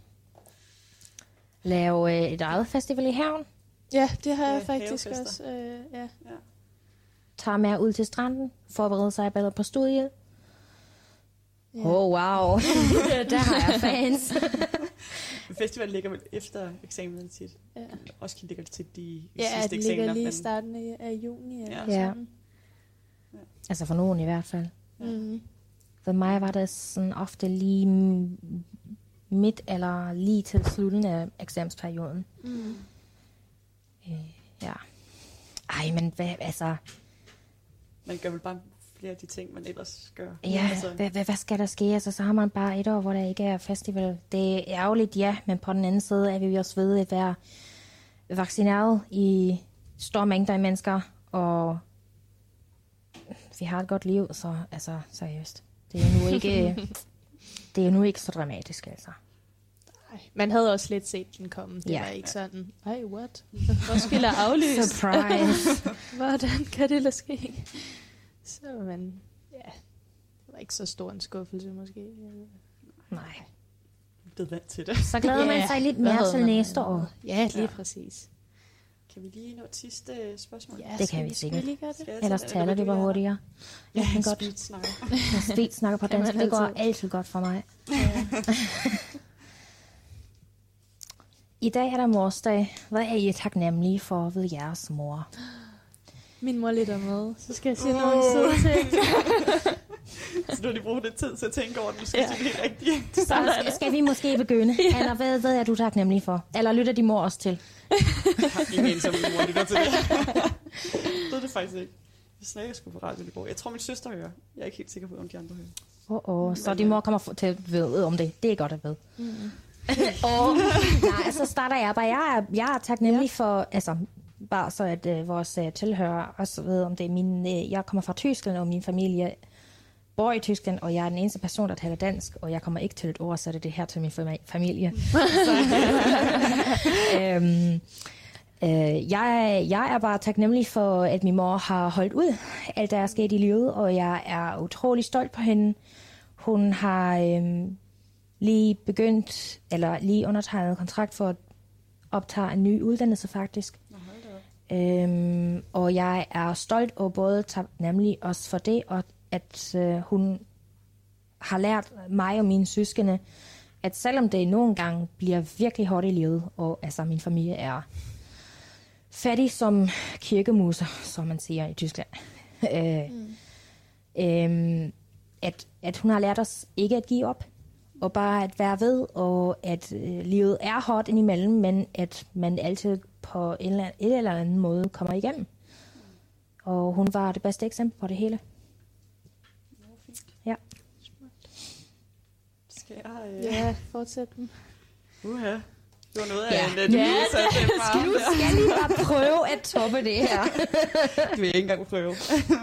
Lave et eget festival i haven? Ja, det har jeg faktisk havefester. også. Ja. Tager med ud til stranden, forbereder sig bedre på studiet. Ja. Wow. Der har jeg fans. Festival ligger vel efter eksamen tit. Ja. Roskilde ligger til de Ja, sidste det ligger eksamener. lige i Men starten af juni. Eller Ja. sådan. Altså for nogen i hvert fald. Mm. For mig var det sådan ofte lige midt eller lige til slutningen af eksamensperioden. Mm. Ja. Ej, men hvad, altså... man gør vel bare flere af de ting, man ellers gør. Ja, Altså, hvad skal der ske? Altså, så har man bare et år, hvor der ikke er festival. Det er ærgerligt, ja, men på den anden side er vi også ved at være vaccineret i store mængder af mennesker, og vi har et godt liv, så altså, seriøst. Det er nu ikke så dramatisk, altså. Man havde også lidt set den komme. Det var ikke sådan, ej, what? Roskilde er aflyst. Surprise! Hvordan kan det lade ske? Så man, ja, det var ikke så stor en skuffelse måske. Nej. jeg er blevet vant til det. Så glæder man sig lidt mere til næste år. Ja, lige præcis. Kan vi lige nå et sidste spørgsmål? Ja, Det skal kan vi sikkert. lige gøre det? Skal jeg Ellers tage taler det bare hurtigere. Jeg kan godt speedsnakker. snakke på Kan dansk. man Det går altid. altid godt for mig. I dag er der morsdag. Hvad er I taknemmelige for ved jeres mor? Min mor lidt med, så skal jeg sige nogle søde ting. Så du har lige brugt lidt tid til at tænke over, at du skal sige det helt rigtigt. Skal vi måske begynde? Anna, hvad er du taknemmelig for? Eller lytter din mor også til? Ingen som min mor lytter til det. Det ved det faktisk ikke. Vi snakker sgu på radio i går. Jeg tror, min søster hører. Jeg er ikke helt sikker på, om de andre hører. Så din mor kommer til at vide om det. Det er godt at vide. Nej, så starter jeg bare. Jeg er taknemmelig for, altså, bare så at vores tilhører også ved, om det er jeg kommer fra Tyskland, og min familie bor i Tyskland, og jeg er den eneste person, der taler dansk, og jeg kommer ikke til at oversætte det her til min familie. Jeg er bare taknemmelig for, at min mor har holdt ud alt, der er sket i livet, og jeg er utrolig stolt på hende. Hun har lige undertegnet kontrakt for at optage en ny uddannelse, faktisk. Og jeg er stolt og både taknemmelig også for det, og at hun har lært mig og mine søskende, at selvom det nogle gange bliver virkelig hårdt i livet, og altså min familie er fattig som kirkemuser, som man siger i Tyskland, at hun har lært os ikke at give op, og bare at være ved, og at livet er hårdt indimellem, men at man altid på en eller anden måde kommer igennem. Og hun var det bedste eksempel på det hele. Ja. Skal jeg... Ja, fortsæt den. Det var noget af Ja. en nydelse af den farve Nu skal jeg lige bare prøve at toppe det her. Det vil jeg ikke engang prøve.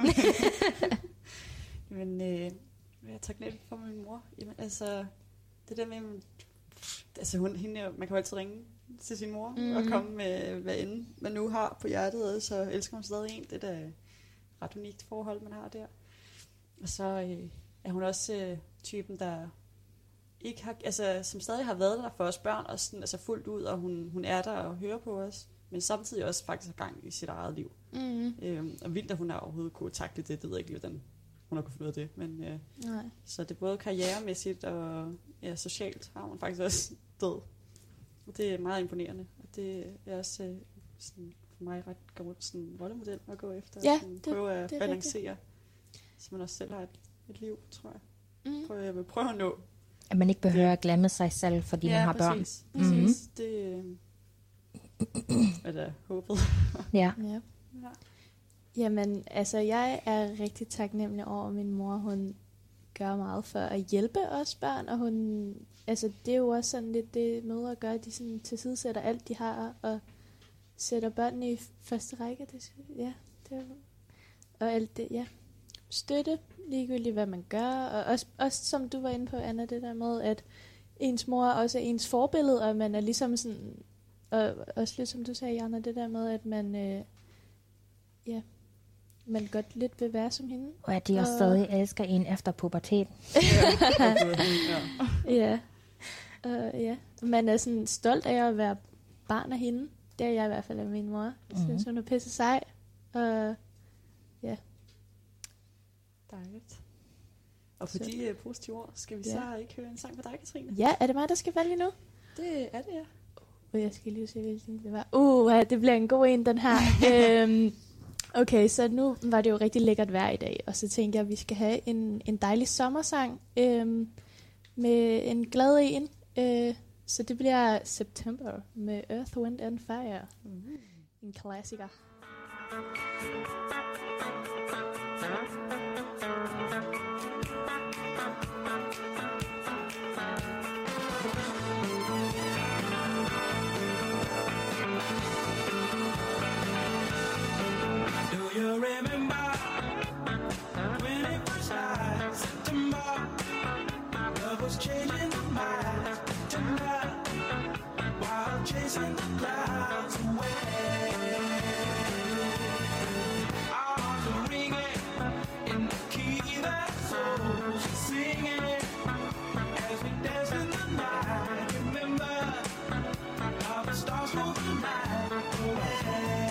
Men hvad er jeg taknemmelig for min mor? Jamen, altså, det der med, altså man kan jo altid ringe til sin mor og komme med, hvad end man nu har på hjertet, så elsker hun stadig en. Det er da et ret unikt forhold, man har der. Og så er hun også typen, der ikke har, altså, som stadig har været der for os børn, og sådan, altså fuldt ud, og hun er der og hører på os, men samtidig også faktisk har gang i sit eget liv. Og vildt, at hun har overhovedet kunne takle det. Det ved jeg ikke, hvordan hun har kunnet finde ud af det. Men, så det er både karrieremæssigt og socialt har hun faktisk også død Det er meget imponerende, og det er også sådan, for mig ret godt sådan rollemodel at gå efter. Ja, sådan, prøve at balancere, så man også selv har et liv, tror jeg. Jeg vil prøve at nå. At man ikke behøver at glemme sig selv, fordi man har børn. Præcis. Det er da håbet. Ja. Jamen, altså, jeg er rigtig taknemmelig over, at min mor, hun gør meget for at hjælpe os børn, og hun, altså, det er jo også sådan lidt det mødre gør, de sådan tilsidesætter alt, de har, og sætter børnene i første række. Det og alt det, støtte, ligegyldigt hvad man gør, og også som du var inde på, Anna, det der med, at ens mor også er ens forbillede, og man er ligesom sådan, og også lidt som du sagde, Jana, det der med, at man, man godt lidt vil være som hende. Og at de også stadig elsker en efter puberteten. Man er sådan stolt af at være barn af hende. Det er jeg i hvert fald af min mor. Jeg synes, hun er pisse sej. Dejligt. Og for de positive ord, skal vi så ikke høre en sang for dig, Katrine? Ja, er det mig, der skal vælge nu? Det er det, ja. Jeg skal lige se, hvilken det var. Det bliver en god en, den her. Okay, så nu var det jo rigtig lækkert vejr i dag, og så tænkte jeg, at vi skal have en dejlig sommersang med en glad en. Så det bliver September med Earth, Wind and Fire. En klassiker. Changing the minds tonight while chasing the clouds away. Our hearts are ringing in the key that souls are singing as we dance in the night. Remember how the stars hold the night away.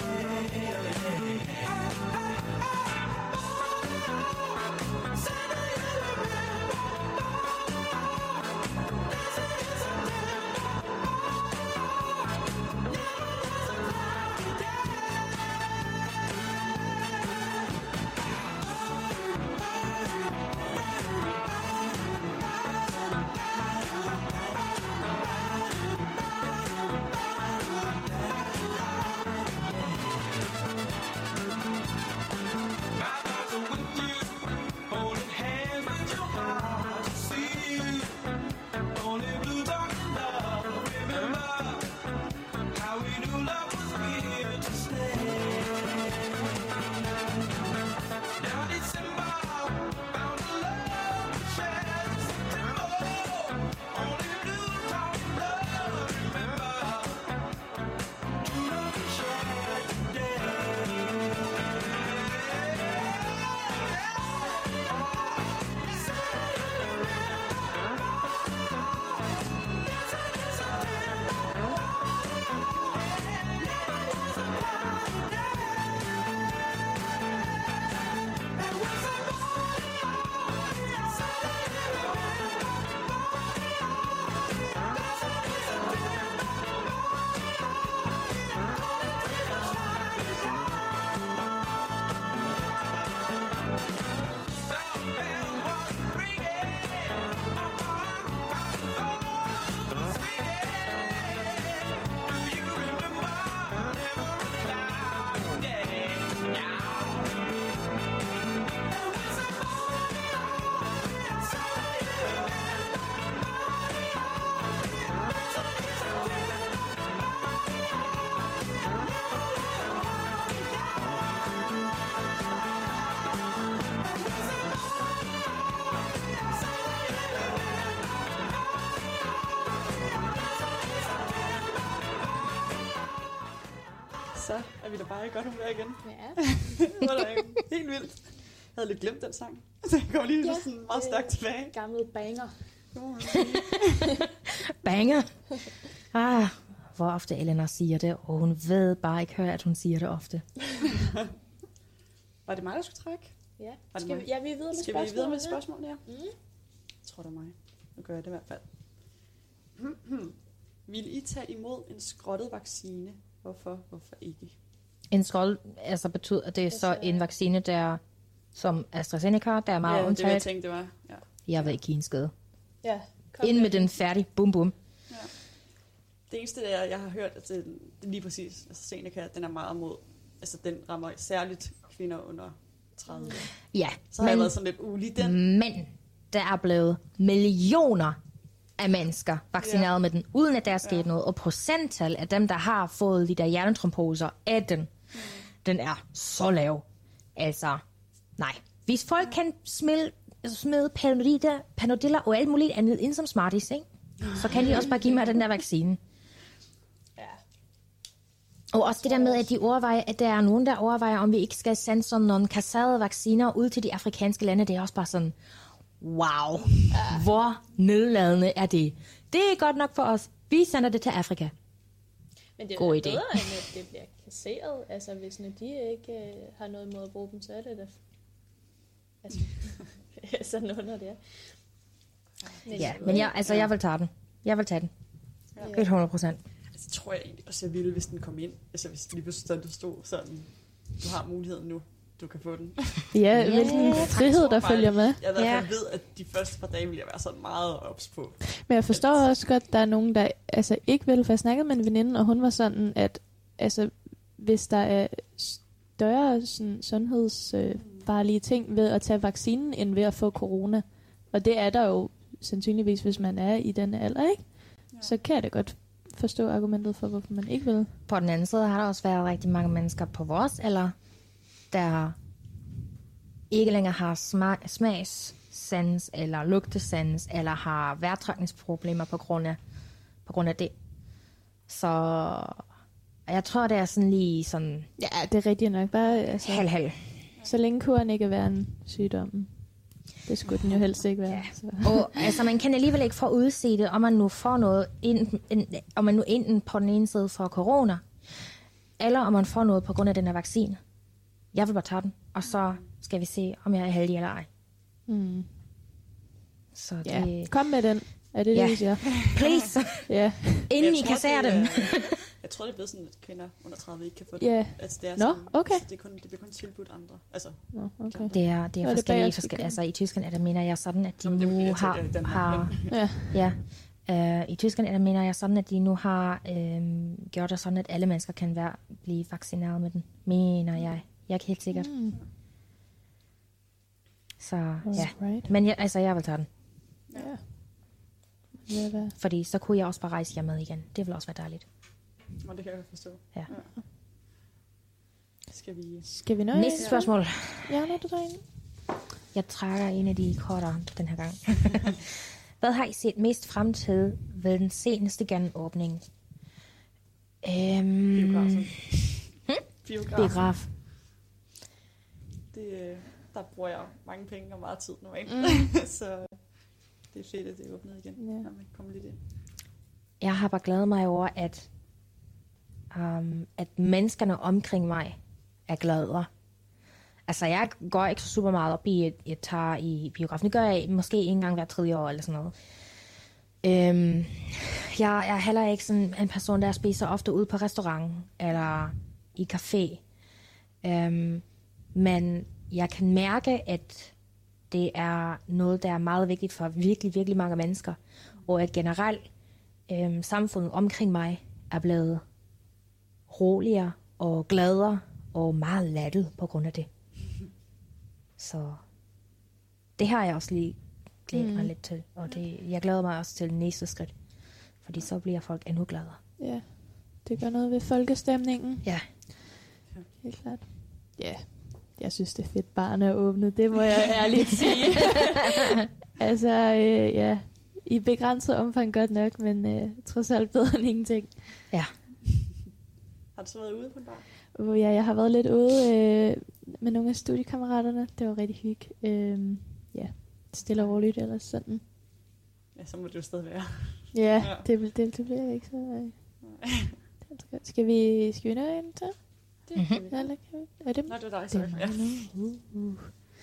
Så er vi da bare i godt humør igen. Ja. Det var da helt vildt. Jeg havde lidt glemt den sang. Så jeg kom lige sådan meget stærkt tilbage. Gammel banger. Banger. Hvor ofte Elena siger det, og hun ved bare ikke høre, at hun siger det ofte. Var det mig, der skulle trække? Ja. Var det Skal mig? vi videre med Skal spørgsmål? vi videre med spørgsmål, ja? Jeg tror, det er mig. Nu gør jeg det i hvert fald. Vil I tage imod en skrottet vaccine? Hvorfor ikke? En skål, altså betyder, at det er så en vaccine, der som AstraZeneca, der er meget Ja, det vil jeg omtalt. tænke, det var. Ja. Jeg vil ikke give en skade. Ja. Ind med den færdig. Bum, bum. Ja. Det eneste, jeg har hørt, at det lige præcis, altså Seneca, den er meget mod, altså den rammer særligt kvinder under 30 år. Ja, Så har jeg været sådan lidt ulig den. men der er blevet millioner af mennesker vaccineret med den, uden at der er sket noget. Og procenttal af dem, der har fået de der hjernetromposer af den, den er så lav. Altså, nej. Hvis folk kan smide panodiller og alt muligt andet ind som smarties, ikke? Så kan de også bare give mig den der vaccine. Og også det der med, at de overvejer, at der er nogen, der overvejer, om vi ikke skal sende sådan nogle kasserede vacciner ud til de afrikanske lande. Det er også bare sådan, wow, hvor nedladende er det? Det er godt nok for os. Vi sender det til Afrika. Men det er God jo idé. bedre, end at det bliver kasseret. Altså, hvis nu de ikke har noget imod at bruge dem, så er det da... Altså, sådan under det er. Ja, men jeg vil tage den. Jeg vil tage den. 100%. Altså, tror jeg egentlig også, jeg ville, hvis den kom ind. Altså, hvis lige pludselig der stod sådan, du har muligheden nu, du kan få den. Ja, hvilken frihed, der følger med. Jeg i hvert fald ved, at de første par dage ville jeg være sådan meget ops på. Men jeg forstår også godt, at der er nogen, der altså ikke vil, for jeg snakkede med en veninde, og hun var sådan, at altså, hvis der er større sådan, sundhedsfarlige ting ved at tage vaccinen, end ved at få corona, og det er der jo sandsynligvis, hvis man er i den alder, ikke? Ja. Så kan jeg da godt forstå argumentet for, hvorfor man ikke vil. På den anden side har der også været rigtig mange mennesker på vores alder, der ikke længere har smagssans eller lugtesans, eller har vejrtrækningsproblemer på grund af det. Så jeg tror, det er sådan lige sådan... Ja, det er rigtigt nok. Bare altså, halv. så længe kuren ikke er en sygdom. Det skulle den jo helst ikke være. Ja. Så. Og altså, man kan alligevel ikke forudse det, om man nu får noget, om man nu enten på den ene side får corona, eller om man får noget på grund af den her vaccine. Jeg vil bare tage den, og så skal vi se, om jeg er heldig eller ej. Mm. Så det... Ja. Kom med den. Er det det, du siger? Please. Ja. Inden I kasserer den. Jeg tror, det er blevet sådan, at kvinder under 30 ikke kan få det. Ja. Altså, det er Nå, sådan, okay. Det bliver kun tilbudt andre. Altså, Nå, okay. Det er det forskellige. bagerste Altså i Tyskland er der, mener jeg sådan, at de Som det nu bliver har... til Danmark. Ja. Ja. I Tyskland er der, mener jeg sådan, at de nu har gjort det sådan, at alle mennesker kan blive vaccineret med den. Mener jeg. Jeg er ikke helt sikkert. Mm. Så ja. Right. Men jeg vil tage den. Ja. Det er Fordi så kunne jeg også bare rejse hjemme igen. Det vil også være dejligt. Og det kan jeg forstå. Ja. Skal vi nå? Næste spørgsmål. Ja, når du tager en. Jeg trækker en af de kortere den her gang. Hvad har I set mest frem til ved den seneste genåbning? Biografen. Biograf. Der bruger jeg mange penge og meget tid normalt. Så det er fedt, at det er åbnet igen. Ja. Når man kommer lidt ind. Jeg har bare glædet mig over, at menneskerne omkring mig er gladere. Altså, jeg går ikke så super meget op i, at jeg tager i biografen. Det gør jeg måske en gang hver 3 år eller sådan noget. Jeg er heller ikke sådan en person, der spiser ofte ude på restaurant eller i café. Men jeg kan mærke, at det er noget, der er meget vigtigt for virkelig, virkelig mange mennesker. Og at generelt samfundet omkring mig er blevet roligere og gladere og meget lattet på grund af det. Så det har jeg også lige glædet mig lidt til. Og jeg glæder mig også til næste skridt. Fordi så bliver folk endnu gladere. Ja, det gør noget ved folkestemningen. Ja. Helt klart. Ja, jeg synes, det er fedt, barn er åbnet. Det må jeg ærligt sige. Altså, ja, i begrænset omfang godt nok, men trods alt bedre end ingenting. Ja. Har du så været ude på en bar? Ja, jeg har været lidt ude med nogle af studiekammeraterne. Det var rigtig hyggeligt. Ja, stille og roligt ellers sådan. Ja, så må det jo stadig være. Ja, det bliver ikke så... Skal vi nå ind til? Det kan vi. Eller, er det? Nå, det var dig, Det sorry. er mig nu. Det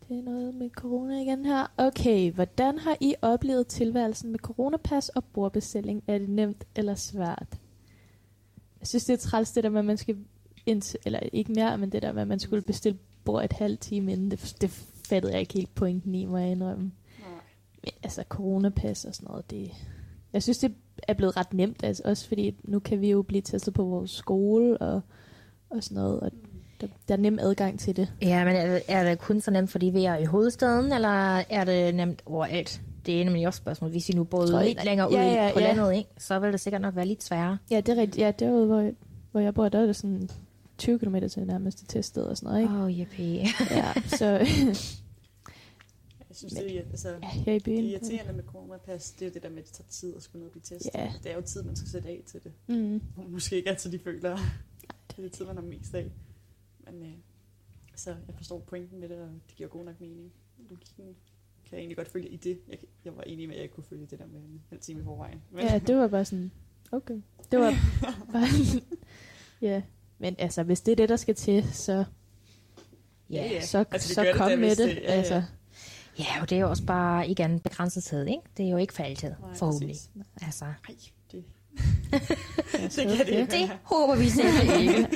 Det er noget med corona igen her. Okay, hvordan har I oplevet tilværelsen med coronapas og bordbestilling? Er det nemt eller svært? Jeg synes, det er træls det der med, at man skal... eller ikke mere, men det der med, at man skulle bestille bord et halvt time inden. Det fattede jeg ikke helt pointen i, må jeg indrømme. Men altså, coronapas og sådan noget, det... Jeg synes, det er blevet ret nemt, altså, også fordi nu kan vi jo blive testet på vores skole og sådan noget, og der er nem adgang til det. Ja, men er det kun så nemt, fordi vi er i hovedstaden, eller er det nemt overalt? Det er nemlig også spørgsmål. Hvis vi nu boede lidt længere ude på landet, ikke, så vil det sikkert nok være lidt sværere. Ja, det er rigtigt. Ja, derude, hvor jeg bor, der er det sådan 20 km til nærmeste teststed og sådan noget, ikke? Jippie. Ja, så... Jeg synes, det er, her i byen. det irriterende med coronapas, det er jo det der med, at det tager tid at skulle ned og blive testet. Ja. Det er jo tid, man skal sætte af til det. Måske ikke altid, de føler, det er det tid, man har mest af. Men så jeg forstår pointen med det, og det giver god nok mening. Logikken kan jeg egentlig godt følge i det. Jeg var enig med, at jeg ikke kunne følge det der med en halv time i forvejen. Men... Ja, det var bare sådan, okay. Det var bare... ja, men altså, hvis det er det, der skal til, så... Ja, så kom med det. Altså. Ja, og det er jo også bare igen begrænset tid, ikke? Det er jo ikke for altid, forhåbentlig. Altså. Nej, det... det kan det ikke. Det håber vi selv ikke.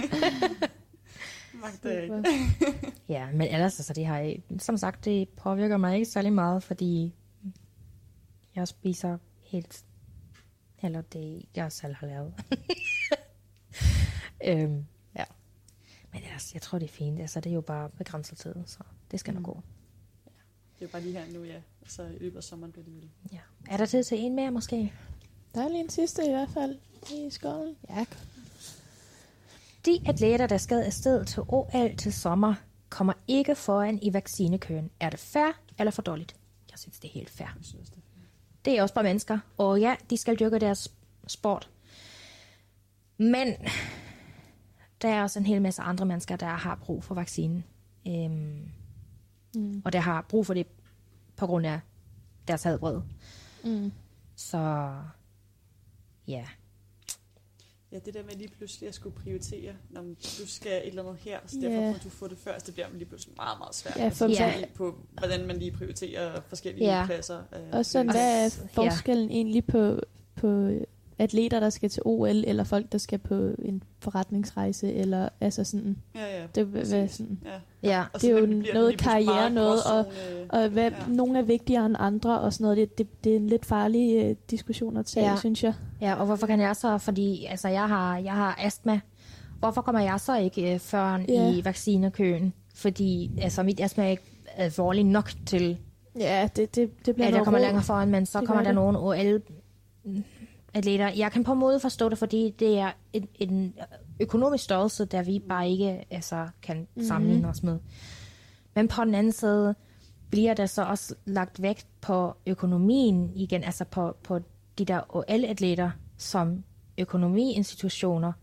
Ja, men ellers, altså, det har, som sagt, det påvirker mig ikke særlig meget, fordi jeg spiser helt, eller det jeg selv har lavet. Ja. Men ellers, jeg tror, det er fint. Altså, det er jo bare begrænset tid, så det skal nok gå. Det er jo bare lige her nu, ja. Så i løbet af sommeren bliver det vel. Ja. Er der tid til en mere, måske? Der er lige en sidste i hvert fald i skolen. Ja. De atleter, der skal afsted til OL til sommer, kommer ikke foran i vaccinekøen. Er det fair eller for dårligt? Jeg synes, det er helt fair. Det er også bare mennesker. Og ja, de skal dyrke deres sport. Men der er også en hel masse andre mennesker, der har brug for vaccinen. Og der har brug for det på grund af deres helbred. Så ja. Ja, det der med lige pludselig at skulle prioritere, når du skal et eller andet her, så derfor må du få det først. Det bliver lige pludselig meget, meget svært. Ja, for på, hvordan man lige prioriterer forskellige pladser. Og så hvad er forskellen egentlig på atleter, der skal til OL, eller folk, der skal på en forretningsrejse, eller altså sådan... Ja, det sådan... Ja. Det er jo noget karriere, noget, og hvad nogle er vigtigere end andre, og sådan noget. Det er en lidt farlig diskussion at tage, synes jeg. Ja, og hvorfor kan jeg så, fordi altså, jeg har astma. Hvorfor kommer jeg så ikke foran i vaccinekøen? Fordi altså, mit astma er ikke alvorligt nok til... Ja, det bliver at jeg kommer længere foran, men så kommer der nogen OL... atleter. Jeg kan på en måde forstå det, fordi det er en økonomisk størrelse, der vi bare ikke kan sammenligne os med. Men på den anden side bliver der så også lagt vægt på økonomien igen, altså på de der OL-atleter som økonomiinstitutioner,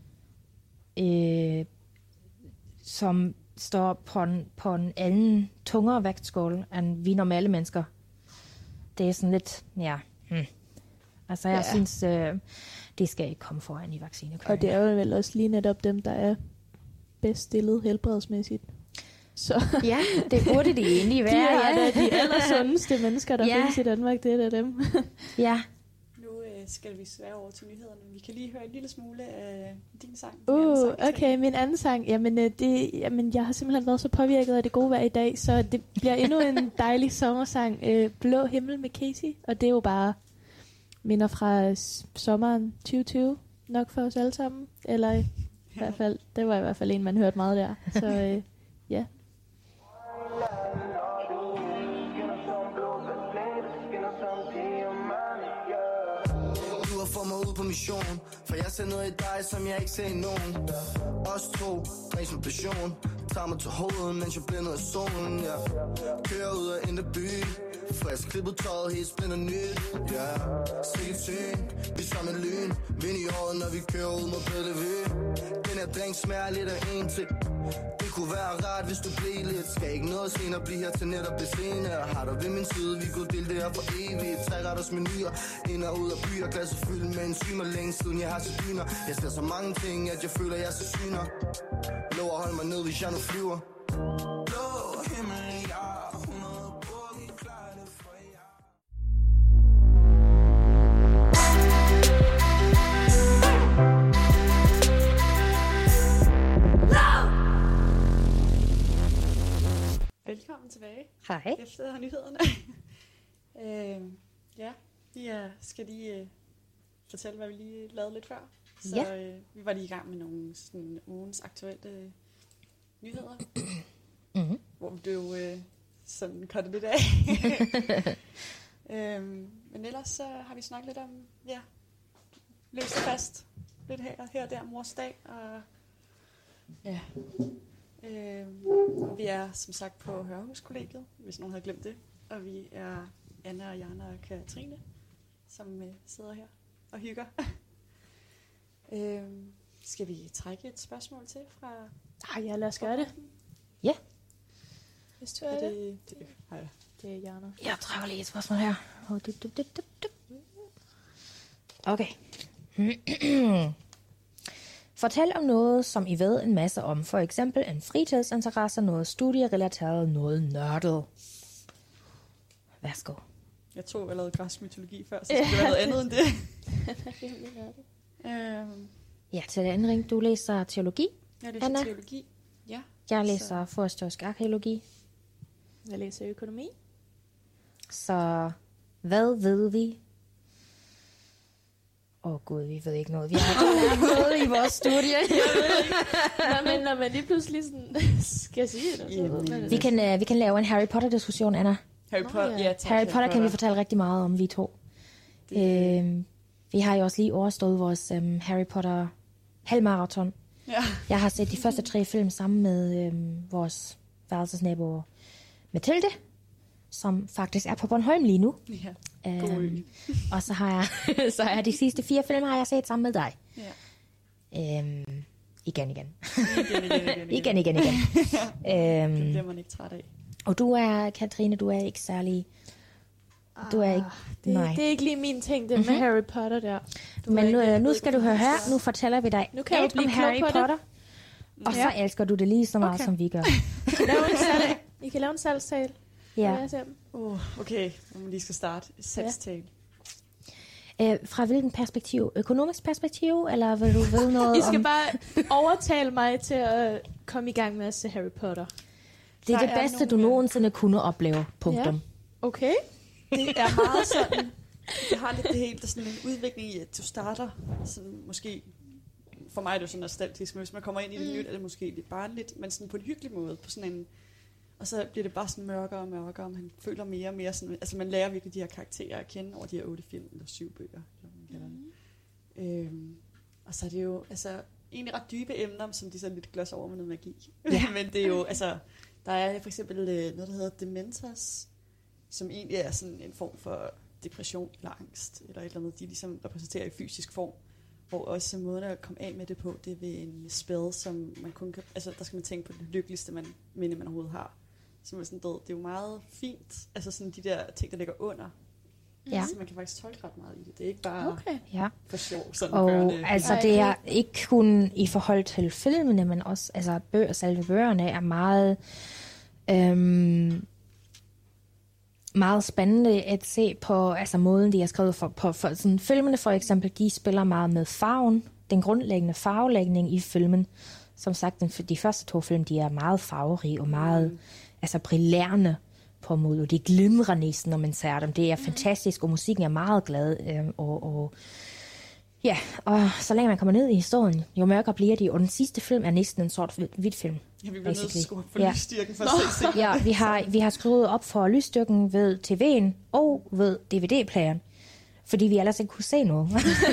som står på en anden tungere vægtskål end vi normale mennesker. Det er sådan lidt, Altså, jeg synes, det skal ikke komme foran i vaccinekøen. Og det er jo vel også lige netop dem, der er bedst stillet helbredsmæssigt. Så. Ja, det burde de egentlig være. De er de allersundeste mennesker, der findes i Danmark. Det er der dem. Ja. Nu skal vi svære over til nyhederne. Vi kan lige høre en lille smule af din sang. Okay, min anden sang. Jamen, jeg har simpelthen været så påvirket af det gode vejr i dag, så det bliver endnu en dejlig sommersang. Blå himmel med Casey, og det er jo bare... minder fra sommeren 2020, nok for os alle sammen, eller i hvert fald, det var i hvert fald en, man hørte meget der, så ja. Du har fået mig ud på mission, for jeg ser noget i dig, som jeg ikke ser i nogen. Os to, ren som passion, tager mig til hovedet, mens jeg bliver ned af solen, kører ud af indre by. Frisk klippet tøjet, helt spændende nyt, sikkert syn, vi som en lyn. Vind i håret, når vi kører ud mod Bellevue. Den her drink smager lidt af en ting. Det kunne være rart, hvis du blev lidt. Skal ikke noget senere, blive her til netop det senere. Har du ved min side, vi kunne dele det her for evigt. 3 retters menuer, ind og ud af byer. Glasset fyldt med enzymer, længe siden jeg har til dyner. Jeg ser så mange ting, at jeg føler, jeg er så syner. Lov at holde mig ned, hvis jeg nu flyver. Blå himmel, Hej. Efter nyhederne. Ja, vi skal lige fortælle, hvad vi lige lavede lidt før. Så vi var lige i gang med nogle sådan, ugens aktuelle nyheder, hvor vi blev sådan cuttet lidt af. Men ellers så har vi snakket lidt om, løst og fast. Lidt her og der, mors dag. Og vi er som sagt på Hørehuskollegiet, hvis nogen havde glemt det. Og vi er Anna og Jana og Katrine, som sidder her og hygger. Skal vi trække et spørgsmål til fra... Ja, lad os gøre det. Ja. Hvis du er det. Det er Jana. Jeg trækker lige et spørgsmål her. Okay. Fortæl om noget, som I ved en masse om. For eksempel en fritidsinteresse, noget studierelateret, noget nørdet. Værsgo. Jeg tror, jeg lavede græsk mytologi før, så skal det være noget andet end det. Ja, til den anden ring. Du læser teologi, Jeg læser Anna. teologi. Ja. Jeg læser forhistorisk arkæologi. Jeg læser økonomi. Så hvad ved vi? Gud, vi ved ikke noget. Vi har ikke lært noget i vores studie. Når man lige pludselig sådan, skal jeg sige det? Så ved man det. Vi kan lave en Harry Potter-diskussion, Anna. Harry Potter, tak. Harry Potter kan vi fortælle rigtig meget om, vi to. Vi har jo også lige overstået vores Harry Potter halvmarathon. Ja. Jeg har set de første 3 film sammen med vores værelsesnabo Mathilde, som faktisk er på Bornholm lige nu. Ja. Og så har jeg de sidste 4 film har jeg set sammen med dig. Ja. Igen. Igen. Igen. Det bliver man ikke træt af. Og du er, Katrine, du er ikke særlig... Du er ikke... Nej. Det er ikke lige min ting, det med Harry Potter der. Men nu skal du høre her. Nu fortæller vi dig Nu kan jeg alt blive om klog Harry på det. Potter. Og så elsker du det lige så meget, som vi gør. I kan lave en salgstale. Ja. Okay, når man lige skal starte. Salgstale. Fra hvilken perspektiv? Økonomisk perspektiv? Eller vil du vide noget I skal om... bare overtale mig til at komme i gang med at se Harry Potter. Det er det bedste, du nogensinde kunne opleve. Punktum. Ja. Okay. Det er meget sådan... Jeg har lidt det hele, der er sådan en udvikling i, at du starter sådan måske... For mig er det jo sådan nostalgisk, men hvis man kommer ind i det nyt, er det måske lidt barnligt, men sådan på en hyggelig måde, på sådan en... Og så bliver det bare sådan mørkere og mørkere, og man føler mere og mere sådan... Altså man lærer virkelig de her karakterer at kende over de her 8 film, eller 7 bøger, eller hvad man kalder det. Og så er det jo altså egentlig ret dybe emner, som de så lidt glosser over med noget magi. Ja. Men det er jo, altså... Der er for eksempel noget, der hedder Dementors, som egentlig er sådan en form for depression eller angst, eller et eller andet, de ligesom repræsenterer i fysisk form. Hvor også måden at komme af med det på, det er ved en spell, som man kun kan... Altså, der skal man tænke på det lykkeligste minde, man overhovedet har. Som er sådan død. Det er jo meget fint, altså sådan de der ting, der ligger under. Ja. Så man kan faktisk tolke ret meget i det. Det er ikke bare for sjov, sådan Og børne. altså, det er ikke kun i forhold til filmene, men også... Altså, selve bøgerne er meget... meget spændende at se på altså måden, de har skrevet for sådan, filmene for eksempel, de spiller meget med farven, den grundlæggende farvelægning i filmen. Som sagt, de første 2 film, de er meget farverige og meget altså brillerende på en måde, og de glimrer næsten, når man ser dem. Det er fantastisk, og musikken er meget glad, og så længe man kommer ned i historien, jo mørkere bliver de, og den sidste film er næsten en sort-hvid film. Ja, vi bliver nødt til at skrue for lysstyrken for at se. Ja, vi har skruet op for lysstyrken ved tv'en og ved DVD-playeren, fordi vi ellers ikke kunne se noget.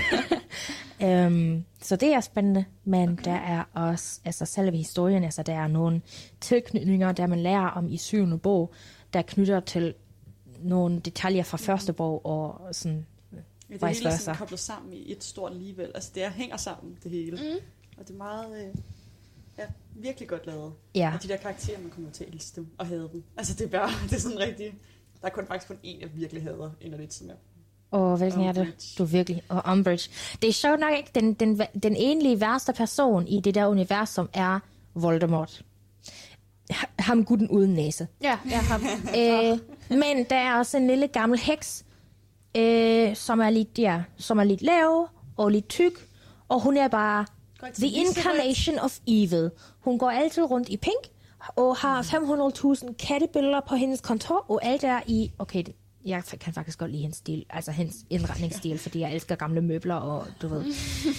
Så det er spændende, men der er også altså selve historien, altså der er nogle tilknytninger, der man lærer om i 7. bog, der knytter til nogle detaljer fra første bog og sådan. Ja, det er hele sådan koblet sammen i et stort alligevel. Altså det hænger sammen, det hele. Og det er meget, virkelig godt lavet. Ja. Og de der karakterer, man kommer til at elske dem og hade dem. Altså det er sådan rigtigt. Der er faktisk kun én, jeg virkelig hader, lidt som jeg. Og hvilken er det? Du virkelig. Og Umbridge. Det er sjovt nok ikke, den egentlige værste person i det der universum er Voldemort. Ham gutten uden næse. Ja, ham. Men der er også en lille gammel heks, som er lidt lav og lidt tyk, og hun er bare the incarnation of evil. Hun går altid rundt i pink, og har 500.000 kattebilleder på hendes kontor, og alt er i... Okay, jeg kan faktisk godt lide hendes stil, altså hendes indretningsstil, fordi jeg elsker gamle møbler, og du ved.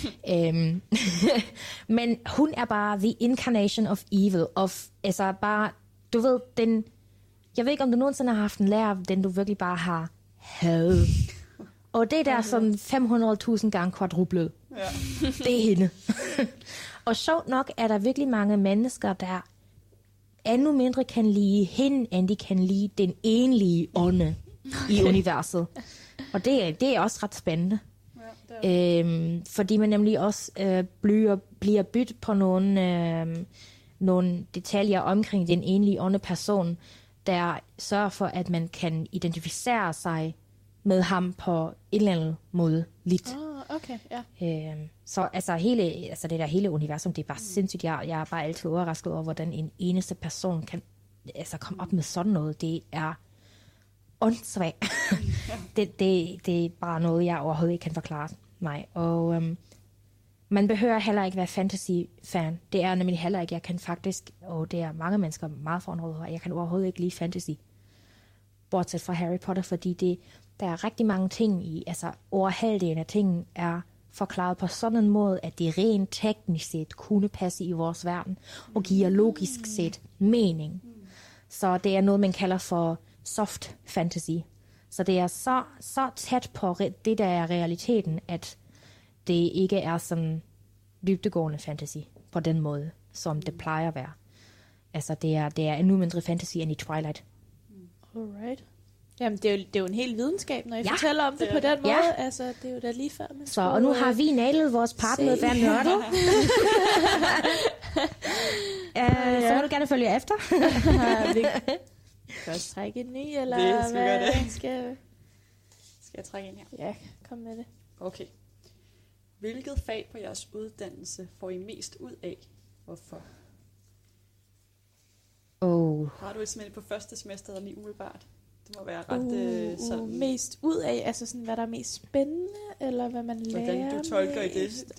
Men hun er bare the incarnation of evil, altså bare, du ved, den... Jeg ved ikke, om du nogensinde har haft en lærer, den du virkelig bare har hadet. Og det der sådan 500.000 gange kvadruplet. Ja. Det er hende. Og sjovt nok er der virkelig mange mennesker, der endnu mindre kan lide hende, end de kan lide den enlige ånde i universet. Og det er også ret spændende. Ja, fordi man nemlig også bliver byttet på nogle detaljer omkring den enlige ånde person, der sørger for, at man kan identificere sig med ham på en eller anden måde lidt. Okay, ja. Så altså det der hele universum, det er bare sindssygt. Jeg er bare altid overrasket over, hvordan en eneste person kan komme op med sådan noget. Det er åndssvagt. det er bare noget, jeg overhovedet ikke kan forklare mig. Og man behøver heller ikke være fantasy-fan. Det er nemlig heller ikke. Jeg kan faktisk, og det er mange mennesker meget forunderligt, jeg kan overhovedet ikke lide fantasy. Bortset fra Harry Potter, fordi der er rigtig mange ting i, altså over halvdelen af tingene er forklaret på sådan en måde, at det rent teknisk set kunne passe i vores verden, og giver logisk set mening. Så det er noget, man kalder for soft fantasy. Så det er så tæt på det, der er realiteten, at det ikke er sådan dybdegående fantasy på den måde, som det plejer at være. Altså, det er endnu mindre fantasy end i Twilight. Alright. Jamen, det er jo en hel videnskab, når I fortæller om det på den måde. Ja. Altså, det er jo da lige før, man så, og nu har vi nailet vores part med at være nørdet. Så vil du gerne følge efter. Først trække en ny, eller det skal hvad? Det. Skal jeg trække ind her? Ja, kom med det. Okay. Hvilket fag på jeres uddannelse får I mest ud af? Hvorfor? Har du et simpelthen på første semester eller lige umiddelbart? Det må være ret sådan... Mest ud af, altså sådan, hvad der er mest spændende, eller hvad man lærer. Hvordan du tolker i det.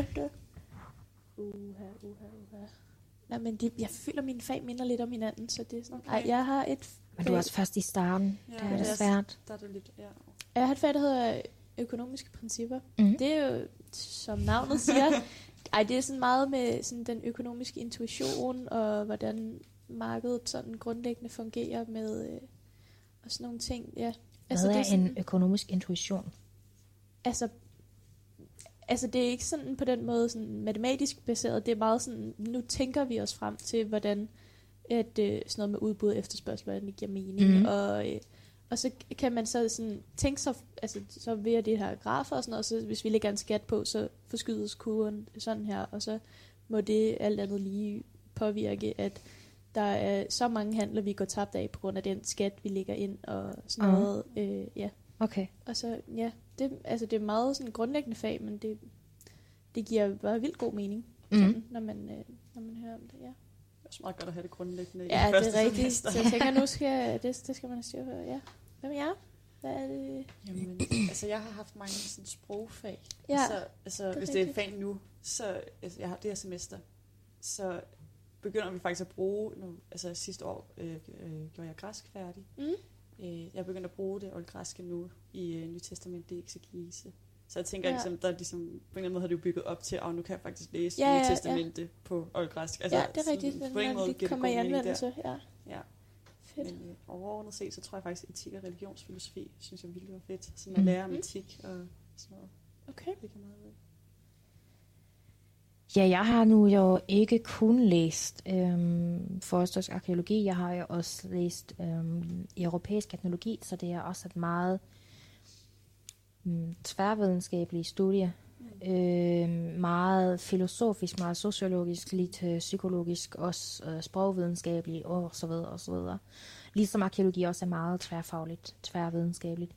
Nej, men jeg føler, mine fag minder lidt om hinanden, så det er sådan... Okay. Jeg har et fag... Men du er også først i starten. Ja, det er svært. Der er det lidt, ja. Jeg har et fag, der hedder økonomiske principper. Mm. Det er jo, som navnet siger... det er sådan meget med sådan den økonomiske intuition, og hvordan markedet sådan grundlæggende fungerer med... og sådan nogle ting, ja. Altså, hvad er sådan, en økonomisk intuition? Altså, det er ikke sådan på den måde sådan matematisk baseret. Det er meget sådan, nu tænker vi os frem til, hvordan at, sådan noget med udbud og efterspørgsel, hvordan det giver mening. Mm. Og så kan man så sådan tænke sig, altså så ved det her grafer og sådan noget, og så hvis vi lægger en skat på, så forskydes kurven sådan her, og så må det alt andet lige påvirke, at der er så mange handler, vi går tabt af på grund af den skat, vi lægger ind og sådan noget. Ja. Okay. Og så, ja, det er meget sådan grundlæggende fag, men det giver bare vildt god mening, sådan, når man hører om det, ja. Det er også meget godt at have det grundlæggende i det første semester. Rigtigt. Så jeg tænker, nu skal det skal man styre på, ja. Hvad med jer? Hvad er det? Jamen, altså jeg har haft mange sådan sprogfag. Ja, altså hvis det er et fag nu, så jeg har det her semester, så begynder vi faktisk at bruge, altså sidste år gjorde jeg græsk færdig. Jeg begynder at bruge det oldgræske nu i Nye Testament, det er eksekise. Så jeg tænker, ligesom, der ligesom, på en eller anden måde har det jo bygget op til, at nu kan jeg faktisk læse Nye Testamente på oldgræsk. Altså, det er rigtigt, men det kommer i anvendelse. Ja. Fedt. Men overordnet set, så tror jeg faktisk, etik og religionsfilosofi, synes jeg virkelig var fedt. Sådan at lære om etik og sådan noget. Okay. Det kan meget ved. Ja, jeg har nu jo ikke kun læst forhistorisk arkeologi. Jeg har jo også læst europæisk etnologi, så det er også et meget tværvidenskabeligt studie. Meget filosofisk, meget sociologisk, lidt psykologisk, også sprogvidenskabeligt og så videre og så videre. Ligesom arkeologi også er meget tværfagligt, tværvidenskabeligt.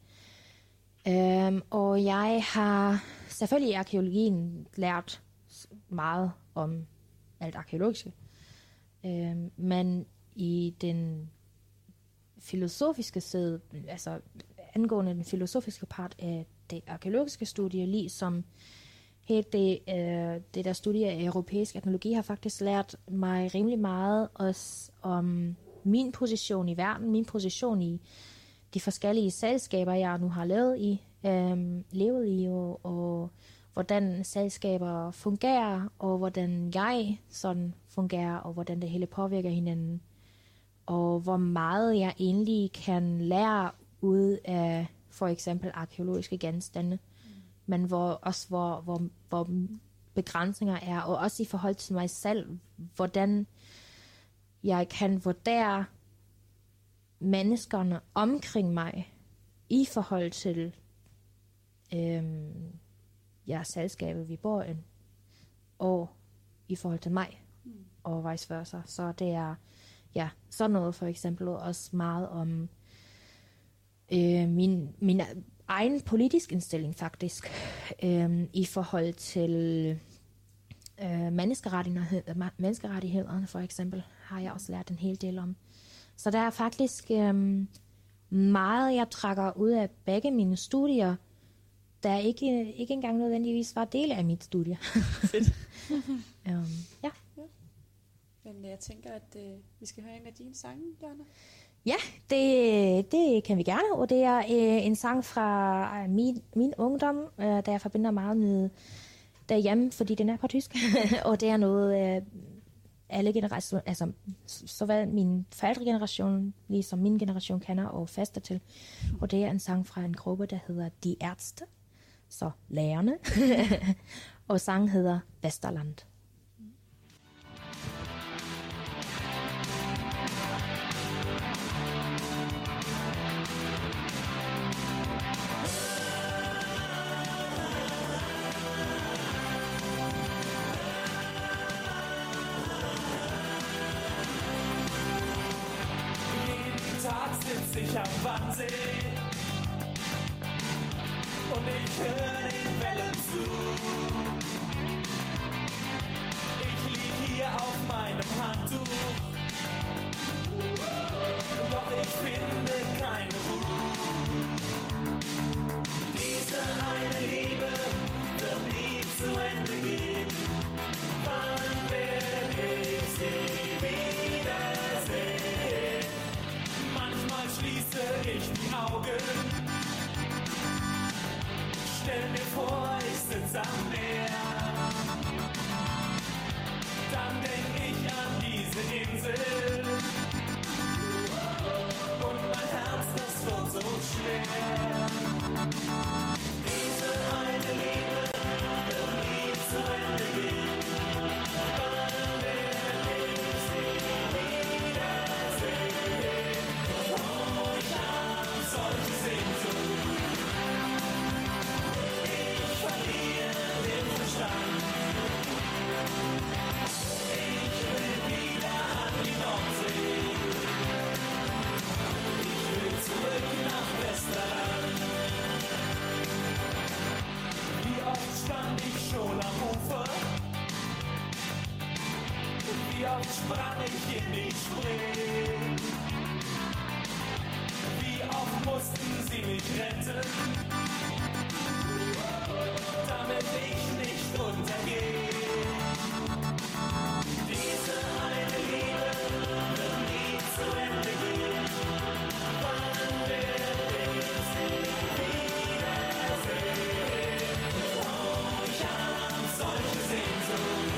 Og jeg har selvfølgelig i arkeologien lært meget om alt arkeologiske. Men i den filosofiske side, altså angående den filosofiske part af det arkeologiske studie, ligesom helt det der studie af europæisk etnologi har faktisk lært mig rimelig meget også om min position i verden, min position i de forskellige selskaber, jeg nu har levet i, og hvordan selskaber fungerer, og hvordan jeg sådan fungerer, og hvordan det hele påvirker hinanden, og hvor meget jeg egentlig kan lære ud af for eksempel arkeologiske genstande, men hvor begrænsninger er, og også i forhold til mig selv, hvordan jeg kan vurdere menneskerne omkring mig i forhold til selskabet, vi bor i, og i forhold til mig, og vice versa. Så det er sådan noget for eksempel også meget om min egen politisk indstilling faktisk, i forhold til menneskerettighederne for eksempel, har jeg også lært en hel del om. Så der er faktisk meget, jeg trækker ud af begge mine studier, der ikke engang nødvendigvis var del af mit studie. Fedt. Ja. Men jeg tænker, at vi skal høre en af dine sange, Jonna. Ja, det kan vi gerne, og det er en sang fra min ungdom, der jeg forbinder meget med derhjemme, fordi den er på tysk, og det er noget alle generationer, altså såvel min forældregeneration, ligesom min generation kender og faster til, og det er en sang fra en gruppe, der hedder Die Ärzte, så lærerne, og sangen hedder Vesterland. Ich am Wannsee und ich höre den Wellen zu. Ich lieg hier auf meinem Handtuch, doch ich finde keine Ruhe. Diese eine Liebe wird nie zu Ende gehen. Wann werde ich sie wiedersehen? Manchmal schließe ich die Augen, stell mir vor, ich sitze am Meer. Dann denk ich an diese Insel und mein Herz, das wird so schwer. Diese eine Liebe wird nie zu Ende gehen. Wann werde ich sie wiedersehen? Oh, ich hab solche Sehnsucht. Ich verliere den Verstand. Ich will wieder an die Nordsee. Ich will zurück nach Westerland. Wie oft stand ich schon am Ufer? Wie oft sprang ich in die Spree? Wie oft mussten sie mich retten, damit ich nicht untergehe? Diese eine Liebe wird nie zu Ende gehen. Wann werde ich sie wiedersehen? Oh, ich hab solche Sehnsucht.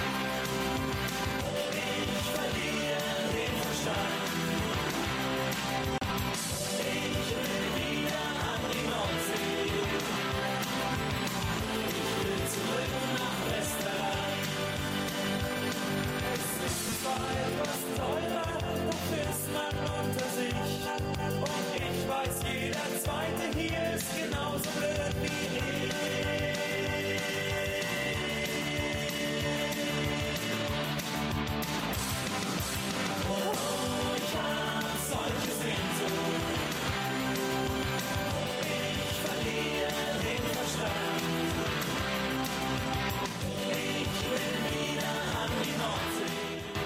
Ich verliere den Verstand. Ich will wieder an die Nordsee. Ich will zurück nach Westerland. Es ist zwar etwas teurer, doch ist man unter sich. Und ich weiß, jeder Zweite hier ist genauso blöd wie ich. Oh, ich hab solche Sehnsucht. Ich verliere den Verstand. Ich will wieder an die Nordsee.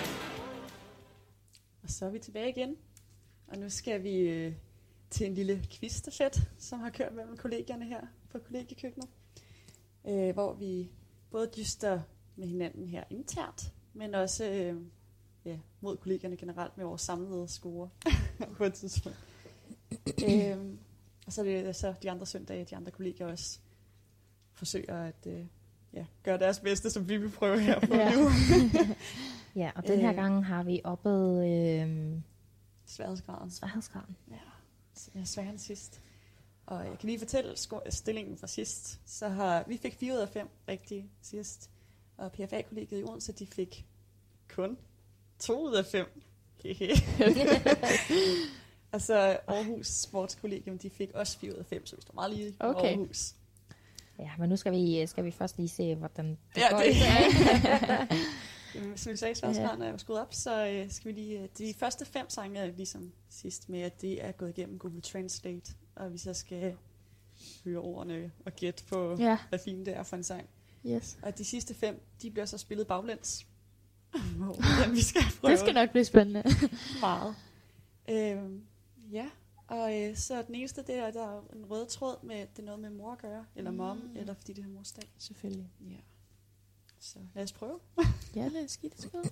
Og så er vi tilbage igen. Og nu skal vi til en lille quizstafet, som har kørt mellem kollegierne her på kollegiekøkkenet. hvor vi både dyster med hinanden her internt, men også mod kollegerne generelt med vores samlede score på et tidspunkt. Og så er det så de andre søndage, de andre kolleger også forsøger at gøre deres bedste, som vi vil prøve her på nu. Ja, og den her gang har vi oppet Sværhedsgraden. Ja, sværere end sidst. Og jeg kan lige fortælle stillingen fra sidst. Så vi fik 4 ud af 5 rigtige sidst. Og PFA-kollegiet i Odense, de fik kun 2 ud af 5. Og så Aarhus Sportskollegium, de fik også 4 ud af 5, så vi står meget lige Aarhus. Ja, men nu skal vi først lige se, hvordan det går. Som vi sagde, sværhedsgraden er jo skruet op, så skal vi lige... De første 5 sange er ligesom sidst med, at det er gået igennem Google Translate, og vi så skal høre ordene og gætte på, hvad fint det er for en sang. Yes. Og de sidste 5, de bliver så spillet baglæns. Hvordan vi skal prøve. Det skal nok blive spændende. Meget. Og så den eneste, det er, der er en rød tråd med, det er noget med mor at gøre, eller mom, eller fordi det er morsdag. Selvfølgelig. Ja. Så lad os prøve. Ja, lad os give det skud.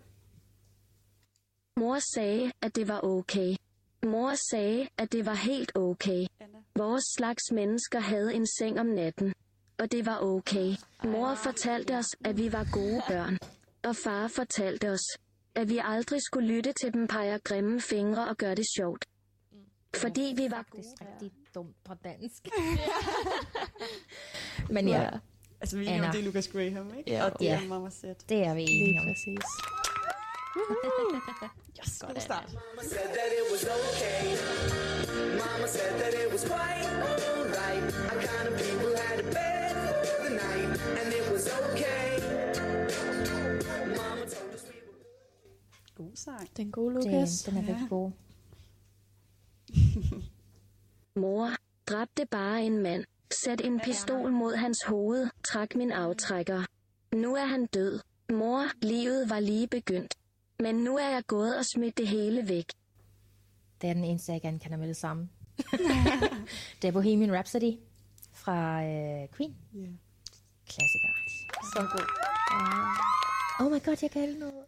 Mor sagde, at det var okay. Mor sagde, at det var helt okay. Anna. Vores slags mennesker havde en seng om natten. Og det var okay. Mor fortalte os, at vi var gode børn. Og far fortalte os, at vi aldrig skulle lytte til dem pege grimme fingre og gøre det sjovt. Fordi vi var gode børn. Det er dumt på dansk. Men ja. Altså vi er jo, det er Lucas Graham, ikke? Ja. Og det er Mama Said. Det er vi enige om. Præcis. Yes, god start. Mama said that it was okay. Mama said that it was quite alright. Our kind of people had a bed for the night, and it was okay. Mama told us we were... God sang. Den gode Lucas. Den er virkelig god. Mor dræbte bare en mand. Sæt en pistol mod hans hoved, trak min aftrækker. Nu er han død. Mor, livet var lige begyndt. Men nu er jeg gået og smidt det hele væk. Det er den eneste, jeg gerne kan med det samme. Det er Bohemian Rhapsody fra Queen. Yeah. Klassiker. Så god. Oh my god, jeg kan alle noget.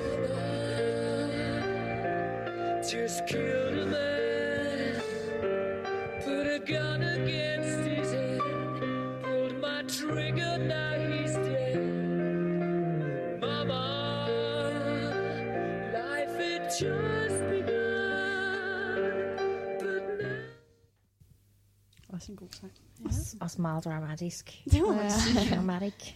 Just killed a man, put a gun against his head, pulled my trigger, now he's dead. Mama, life had just begun, but now... Også en god sang. Også meget dramatisk. Det må man sige. Dramatic.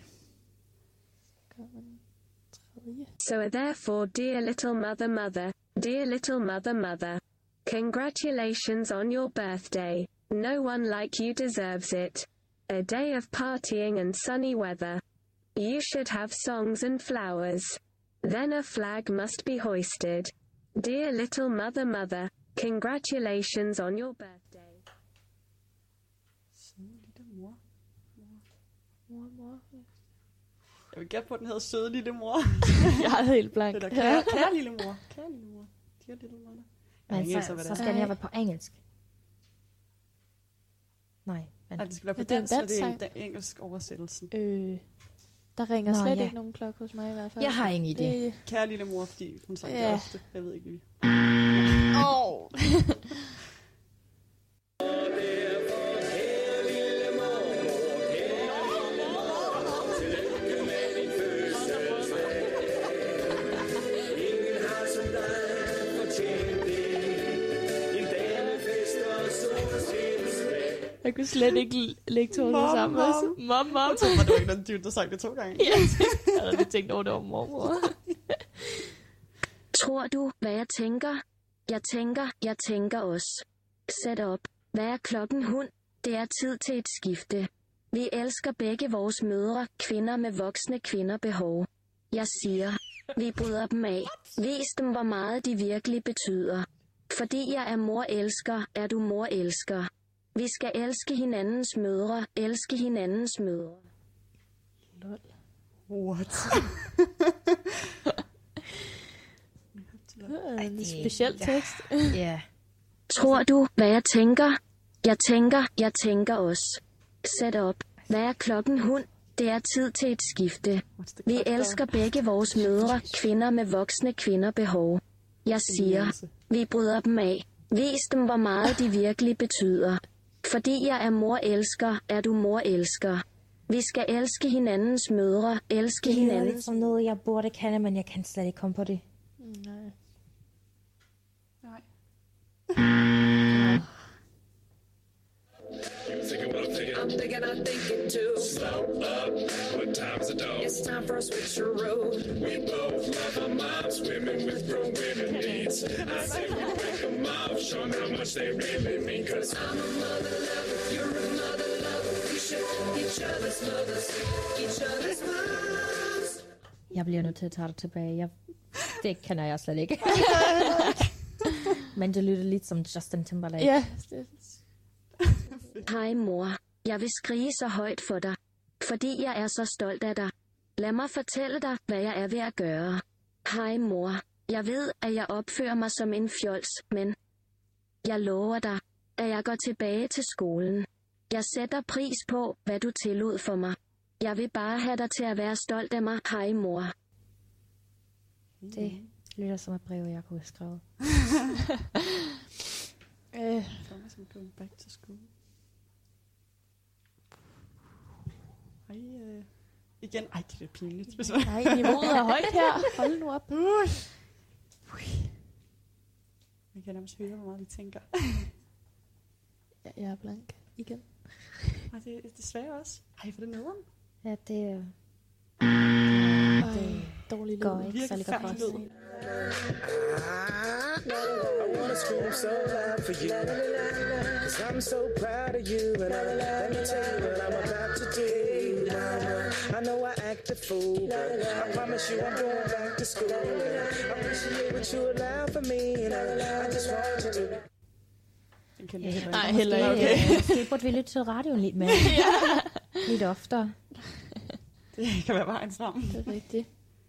So therefore, dear little mother, dear little mother, congratulations on your birthday. No one like you deserves it. A day of partying and sunny weather. You should have songs and flowers. Then a flag must be hoisted. Dear little mother, congratulations on your birthday. Søde lille mor. Mor. Jeg vil gætte på, at den hedder Søde lille mor. Jeg er helt blank. Eller kære lille mor. Kære lille mor. Dear little mother. Men så skal den her være på engelsk. Nej. Nej, det skal være på det er en dansk, så det er dansk den engelsk oversættelsen. Der ringer slet ikke nogen klokke hos mig i hvert fald. Jeg har ingen idé. Kære lille mor, fordi hun sang det ofte. Jeg ved ikke lige. Jeg kunne slet ikke lægge tonerne sammen. Mom. Jeg tror, det var ikke den dyrt, der sang det 2 gange. Jeg havde lige tænkt over, det var mormor. Tror du, hvad jeg tænker? Jeg tænker også. Sæt op. Hvad er klokken, hund? Det er tid til et skifte. Vi elsker begge vores mødre, kvinder med voksne kvinderbehov. Jeg siger, vi bryder dem af. Vis dem, hvor meget de virkelig betyder. Fordi jeg er mor elsker, er du mor elsker. Vi skal elske hinandens mødre, elske hinandens mødre. Lol. What? En speciel tekst. Ja. Tror du, hvad jeg tænker? Jeg tænker også. Sæt op. Hvad er klokken, hund? Det er tid til et skifte. Vi elsker begge vores mødre, kvinder med voksne kvinderbehov. Jeg siger, vi bryder dem af. Vis dem, hvor meget de virkelig betyder. Fordi jeg er mor-elsker, er du mor-elsker. Vi skal elske hinandens mødre, elske Det lyder hinanden. lidt som noget, jeg burde kende, men jeg kan slet ikke komme på det. Nej. I'm thinking too. Slow up, what time is it though? It's time for a switcheroo. We both love our moms, women with grown women needs. I say we break them off, show them how much they really mean. Cause I'm a mother lover, you're a mother lover. We should each other's mothers, each other's moms. Jeg bliver nødt til at tage det tilbage. Det kender jeg slet ikke. Men det lyder lidt som Justin Timberlake. Ja, Hej mor, jeg vil skrige så højt for dig. Fordi jeg er så stolt af dig. Lad mig fortælle dig, hvad jeg er ved at gøre. Hej mor, jeg ved, at jeg opfører mig som en fjols, men jeg lover dig, at jeg går tilbage til skolen. Jeg sætter pris på, hvad du tillod for mig. Jeg vil bare have dig til at være stolt af mig. Hej mor. Det lyder som et brev, jeg kunne have skrevet. Som going back to school. Igen. Ej, det er pinligt. Nej, niveauet er højt her. Hold nu op. Man kan nærmest høre, hvor meget de tænker. Jeg er blank igen. Og det er desværre også. Ej, for det nederen. Ja, det Dårlig går lyd. ikke særlig godt for os. I wanna scream so loud for you, 'cause I'm so proud of you, and let me tell you what I'm about to do. I know I act a fool, but I promise you I'm going back to school. I appreciate what you allow for me, and I just want you to. Den kan jeg Nej, heller ikke. Okay. Måske burde vi lytte til radioen lidt mere. Lidt oftere. Det kan være vejen frem. Det er rigtigt.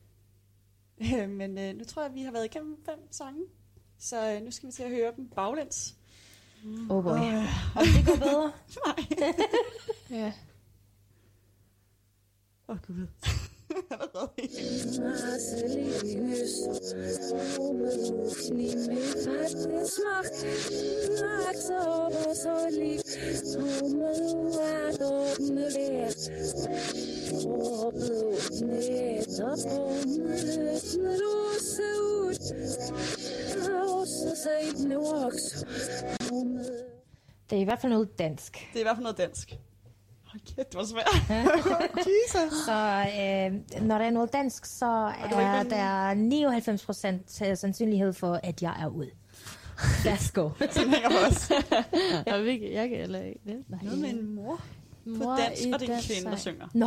Men nu tror jeg, at vi har været igennem 5 sange. Så nu skal vi til at høre dem baglæns. Oh boy. Om det går bedre? Nej. Ja. Gud. Allerede. Det er i hvert fald noget dansk. Det er i hvert fald noget dansk. Hold kæft, det var svært. Jesus. Så når der er noget dansk, så er der 99% sandsynlighed for, at jeg er ude. Værsgo. Sådan hænger på os. Jeg kan heller ikke det. Noget med en mor på Mor dansk, i og det er en dansk kvinde, der sang. synger. Nå.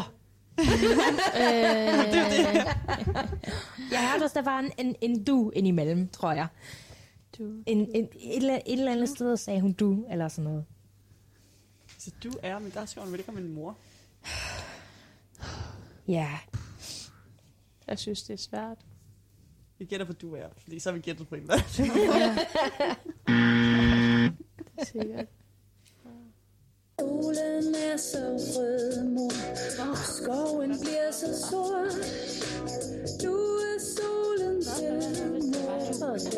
Jeg hørte også, der var en du indimellem, tror jeg. Et eller andet sted sagde hun du, eller sådan noget. Så du er, men der skriver hun vel ikke om en mor. Ja. Jeg synes, det er svært. Vi gætter på, du er, fordi så har vi gættet på en. Sikkert. Solen er så rød, mor. Skoven bliver så stor. Du er solen til mor. Og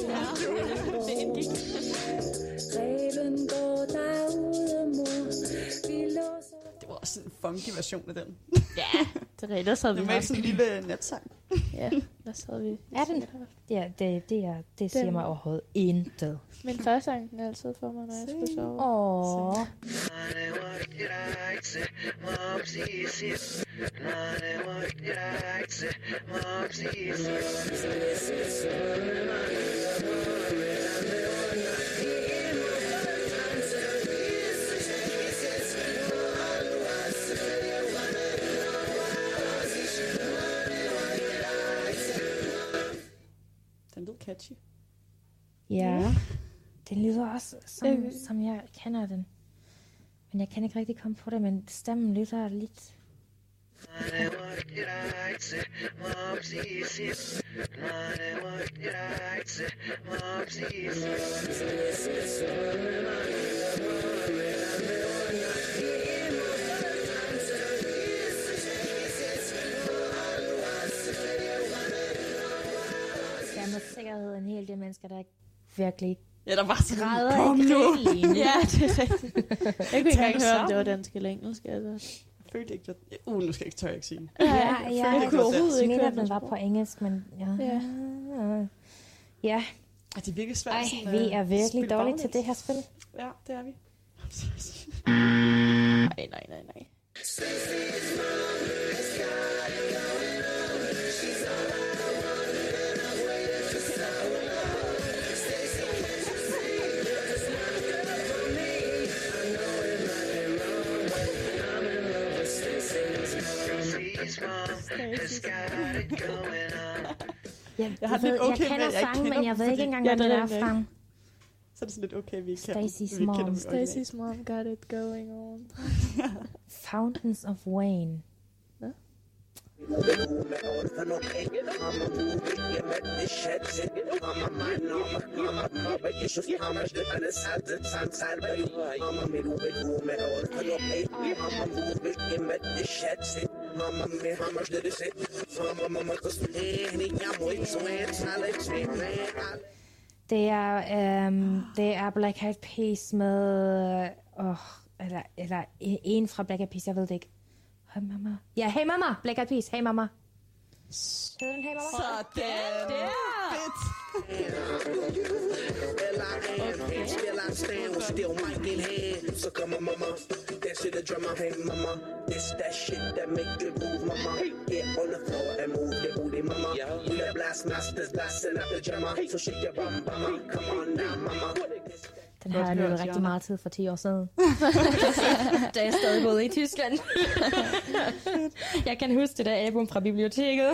reven går derude, mor. Vi låser. Det var også en funky version af den. Ja, det er rigtigt. Så havde Det vi var haft sådan en lille natsang. Ja, der havde vi. Er den? Ja, det siger mig overhovedet intet. Men første sang, den altid for mig, når jeg skulle sove. Åh. Den lød catchy. Ja, den lyder også, som jeg kender den. Men jeg kan ikke rigtig komme på det, men stemmen lyder lidt... alle de mennesker, der virkelig Ja, der var sådan, græder kom ikke nu. helt lige nu. Ja, det er rigtigt. Jeg kunne ikke Tag engang det høre, om det var sammen. dansk eller engelsk. Altså. Jeg følte ikke, at... nu skal jeg ikke tør ikke sige. Jeg kunne overhovedet ikke mener, høre at den var noget på engelsk, men ja. Ja, Er det virkelig svært? ej, sådan, vi er virkelig spille dårlige til baglæns? det her spil. Ja, det er vi. Nej. Jeg har lidt okay jeg kender med, jeg sangen, kender men jeg ved ikke fordi- engang, Ja, hvad det det er er den fra. Så er det sådan lidt okay, vi ikke kan Stacey's vi ikke Mom. kender dem originalt. Stacy's mom got it going on. Fountains of Wayne. Det er Black Eyed Peas med... eller en fra Black Eyed Peas, jeg ved det ikke. Hey Mama. Ja, Hey Mama. Black Eyed Peas. Hey Mama. Hedder den Hey Mama? Sådan. Fedt. Still I stand with still mic in hand. So come on, mama. That shit that drum my hey, mama. This that shit that make you move, mama. Get on the floor and move your booty, mama. We the blast masters, blasting up the drummer. So shake your bum, mama. Come on now, mama. Den har jeg hørt, løbet rigtig Jana. meget tid for 10 år siden. Da jeg stadig boede i Tyskland. Jeg kan huske det der album fra biblioteket.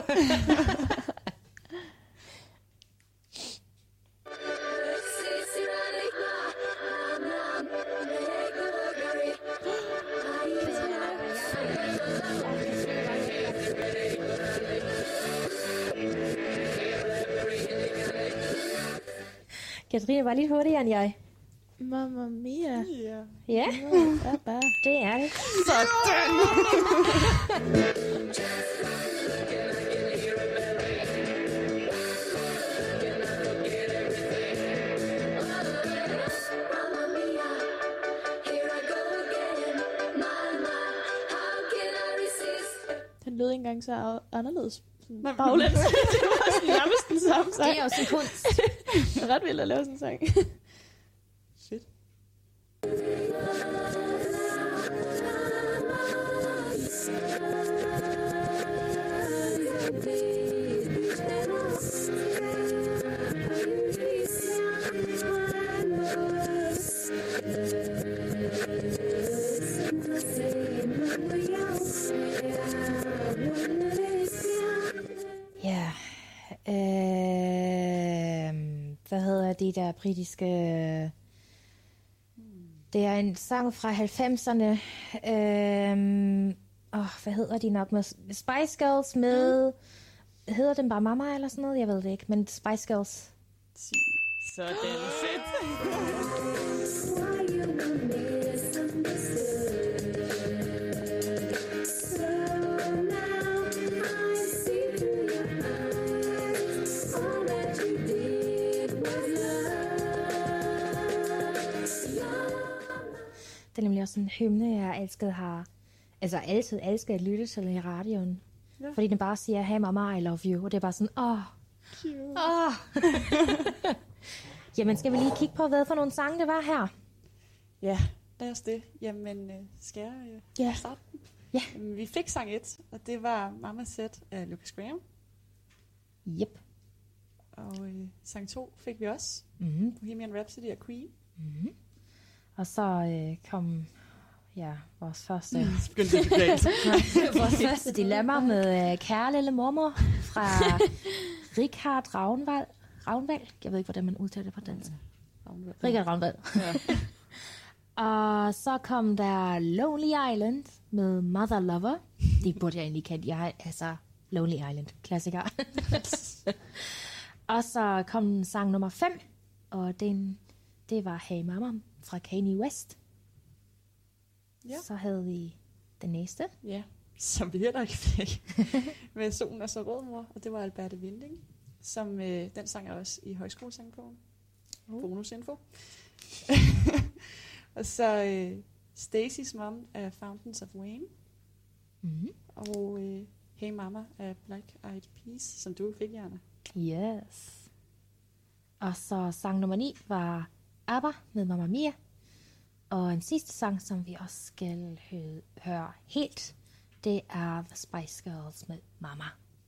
Katrine var lidt hurtigere end jeg. Mamma mia. Ja. Ja, Ja, bare. det er det. Sådan. Den lød ikke engang så anderledes. Nej, Baglæns. Det var sådan nærmest den samme sang. Det er også en kunst. Det er ret vildt at lave sådan en sang. Shit. Ja. Hvad hedder de der britiske... Det er en sang fra 90'erne. Hvad hedder de nok med? Spice Girls med... Hedder den bare Mama eller sådan noget? Jeg ved det ikke, men Spice Girls. Sådan. Fedt. Det er nemlig også en hymne, jeg altid elsket at lytte til i radioen. Ja. Fordi den bare siger, hey mama, I love you. Og det er bare sådan, Jamen, skal vi lige kigge på, hvad for nogle sange det var her? Ja, lad os det. Jamen, skal jeg starte? Ja. Jamen, vi fik sang 1, og det var Mama Said af Lucas Graham. Yep. Og sang 2 fik vi også. Mm-hmm. Bohemian Rhapsody af Queen. Mm-hmm. Og så kom vores første... Så begyndte det galt. Vores første dilemma med Kære lille mormor fra Richard Ravnvald. Jeg ved ikke, hvordan man udtaler det på dansk. Richard Ravnvald. Ja. Og så kom der Lonely Island med Mother Lover. Det burde jeg egentlig kende. Lonely Island. Klassiker. Og så kom sang nummer 5. Og det var Hey Mama fra Kanye West. Ja. Så havde vi den næste. Ja, som vi heller ikke fik. Med Solen er så rød, mor. Og det var Alberte Winding. som den sang er også i højskolesangbogen. Bonusinfo. Og så Stacy's Mom af Fountains of Wayne. Og Hey Mama af Black Eyed Peas, som du fik, Jana. Yes. Og så sang nummer 9 var ABBA med Mamma Mia. Og en sidste sang, som vi også skal høre helt, det er The Spice Girls med Mama.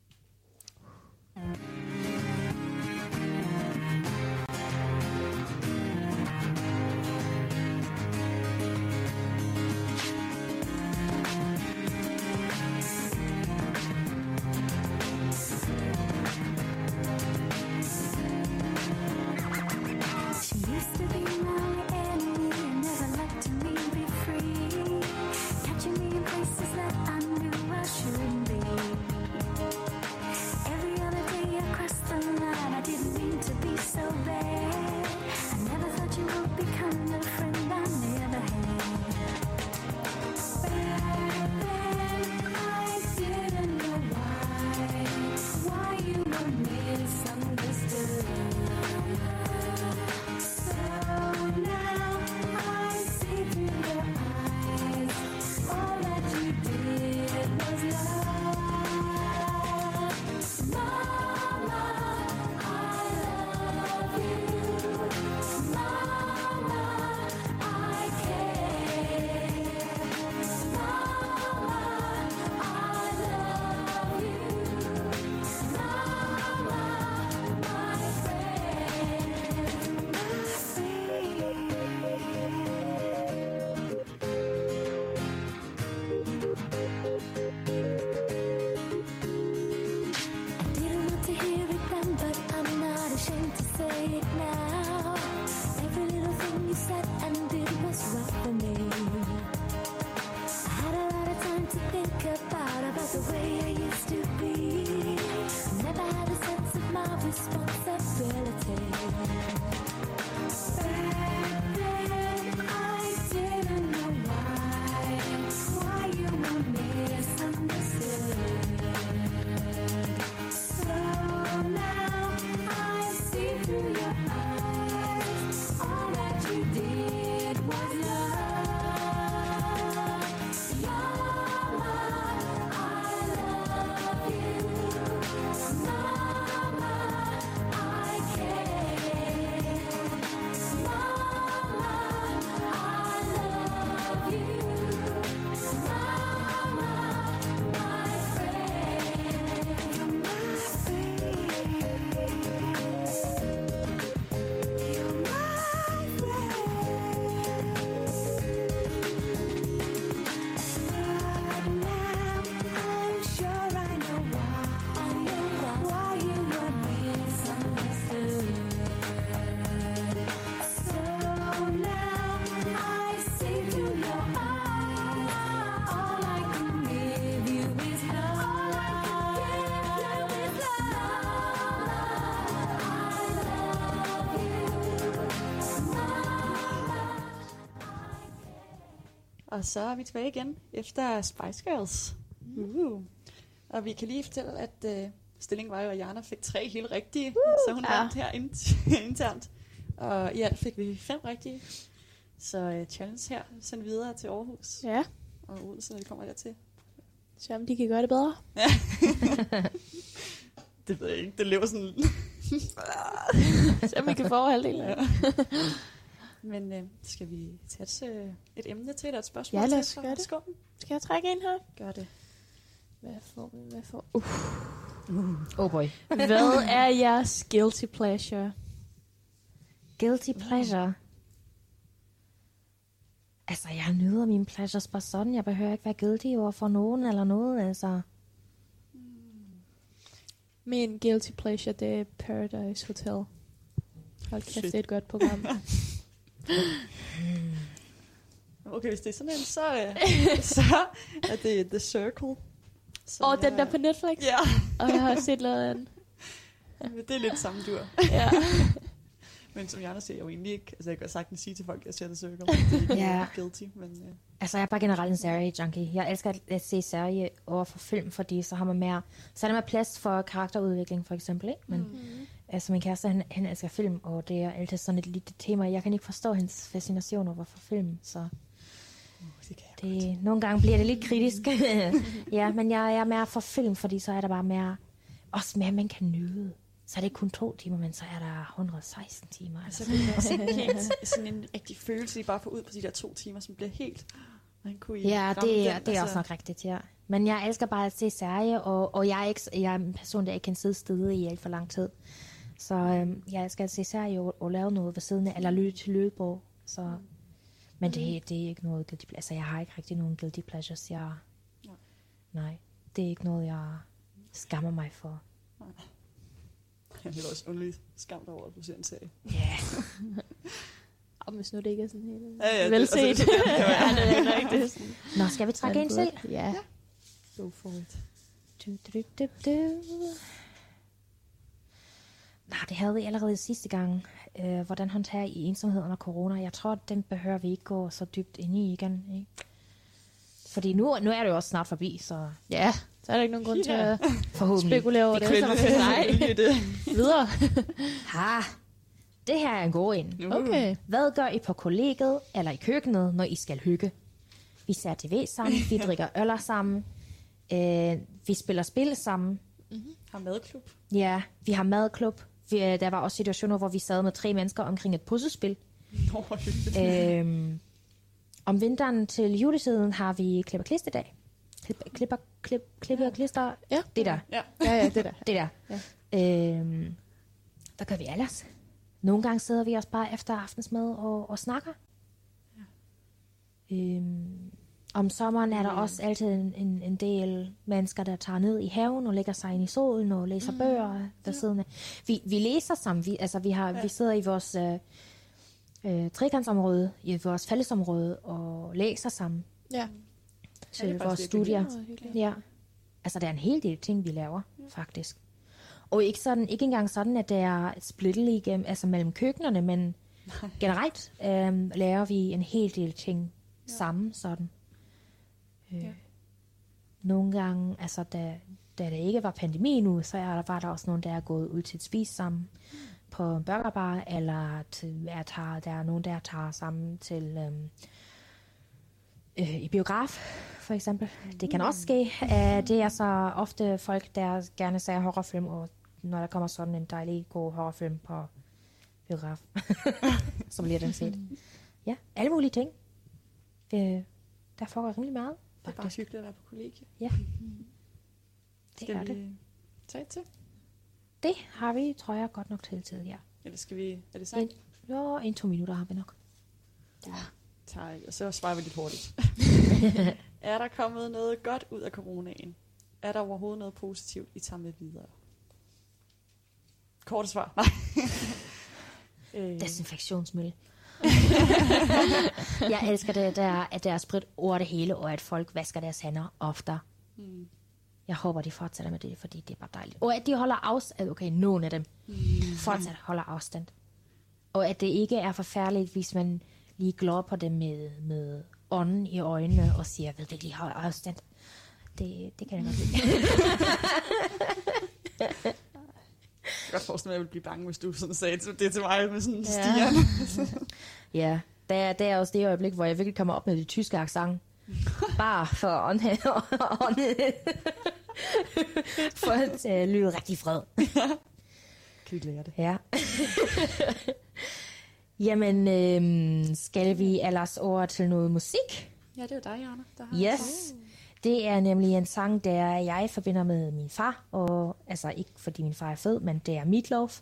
Og så er vi tilbage igen efter Spice Girls. Og vi kan lige fortælle, at stillingen var jo, at Jana fik 3 helt rigtige, så hun vandt her internt. Og i alt fik vi 5 rigtige. Så challenge her, sendt videre til Aarhus. Ja. Og Odense, når de kommer dertil. Så om de kan gøre det bedre. Ja. Det ved jeg ikke. Det lever sådan... Så om vi kan få halvdelen. Ja. Men skal vi tage et emne til, eller et spørgsmål til? Ja, lad os gøre det. Skåben? Skal jeg trække en her? Gør det. Hvad får? Oh boy. Hvad er jeres guilty pleasure? Guilty pleasure? Altså, jeg nyder mine pleasures bare sådan. Jeg behøver ikke være guilty over for nogen eller noget, altså. Min guilty pleasure, det er Paradise Hotel. Hold kæft, det er et godt program. Okay, hvis det er sådan en, så er det The Circle. Den der på Netflix? Ja. Og jeg har set noget af den. Det er lidt samme dur. Ja. Men som Jana siger, jeg jo egentlig ikke... Altså, jeg kan sagtens sige til folk, at jeg ser det Circle. Det er ikke Ja. guilty, men... Altså, jeg er bare generelt en serie-junkie. Jeg elsker at se serie over for film, fordi så har man mere... Så er der mere plads for karakterudvikling, for eksempel, ikke? Men altså, min kæreste, han elsker film, og det er altid sådan et lille tema. Jeg kan ikke forstå hendes fascination over for film, så... Det kan jeg Det, nogle gange bliver det lidt kritisk. Ja, men jeg er mere for film, fordi så er der bare mere... Også mere, man kan nyde. Så er det ikke kun 2 timer, men så er der 116 timer. Så det er også helt sådan en rigtig følelse, I bare får ud på de der 2 timer, som bliver helt... Ja, det er også nok rigtigt, ja. Men jeg elsker bare at se serie, og jeg er en person, der ikke kan sidde stille i alt for lang tid. Så jeg elsker at se serie og lave noget ved siden af, eller lytte til lydbog. Så... Men det er ikke noget guilty pleasure. Altså, jeg har ikke rigtig nogen guilty pleasures. Nej, det er ikke noget, jeg skammer mig for. Jeg vil også underligt skamt over, at du ser en serie. Ja. Og hvis nu det ikke er sådan helt Ja, velset. det kan være. Ja, det er rigtigt. Nå, skal vi trække en til? Ja. Go for it. Nej, det havde vi allerede sidste gang. Hvordan håndterer I ensomhed under corona? Jeg tror, den behøver vi ikke gå så dybt ind i igen. Ikke? Fordi nu er det jo også snart forbi, så Ja, så er der ikke nogen grund til at forhåbentlig. spekulere over det. Nej, videre. Det her er en god en. Okay. Hvad gør I på kollegiet eller i køkkenet, når I skal hygge? Vi ser tv sammen, vi drikker øller sammen, vi spiller spil sammen. Har madklub. Ja, vi har madklub. Der var også situationer, hvor vi sad med 3 mennesker omkring et puslespil. Om vinteren til juletiden har vi klipper klisterdag. Klipper klister. Ja. Det der. Ja, det der. Det der. Ja. Hvad gør vi ellers? Nogle gange sidder vi også bare efter aftensmad og snakker. Om sommeren er der også altid en del mennesker, der tager ned i haven og lægger sig ind i solen og læser bøger ved siden af. Vi læser sammen. Vi sidder i vores trekantsområde, i vores fællesområde og læser sammen Ja. til vores studier. Ja. Altså, der er en hel del ting, vi laver, faktisk. Og ikke engang sådan, at det er splittet igennem, altså mellem køkkenerne, men generelt laver vi en hel del ting sammen, sådan. Nogle gange, altså da det ikke var pandemi nu, så var der også nogen, der er gået ud til at spise sammen på en burgerbar, eller der er nogen, der tager sammen til i biograf, for eksempel. Det kan også ske. Det er så ofte folk, der gerne ser horrorfilm, og når der kommer sådan en dejlig god horrorfilm på biograf, så bliver den set. Ja, alle mulige ting. Der foregår rimelig meget. Det er bare hyggeligt at være på kollegie. Ja. Det Skal er vi det. tage til? Det har vi, tror jeg, godt nok til, ja. Eller skal vi... Er det sandt? 1-2 minutter har vi nok. Ja. Og så svarer vi lidt hurtigt. Er der kommet noget godt ud af coronaen? Er der overhovedet noget positivt, I tager med videre? Korte svar. Nej. Desinfektionsmiddel. Jeg elsker det, at der er spredt over det hele, og at folk vasker deres hænder oftere. Jeg håber, de fortsætter med det, fordi det er bare dejligt. Og at de holder afstand. Okay, nogle af dem fortsat holder afstand. Og at det ikke er forfærdeligt, hvis man lige glår på det med ånden i øjnene og siger, ved det lige holder afstand. Det kan jeg godt lide. Jeg kan godt forestille mig, at jeg ville blive bange, hvis du sådan sagde det til mig med sådan en stiger. Ja, det er også det øjeblik, hvor jeg virkelig kommer op med det tyske accent. Bare for for at lyde rigtig fred. Kan vi lære det? Ja. Jamen, skal vi ellers over til noget musik? Ja, det er jo dig, Jana, der har Yes. Det er nemlig en sang, der jeg forbinder med min far. Og altså ikke fordi min far er fed, men det er Meatloaf.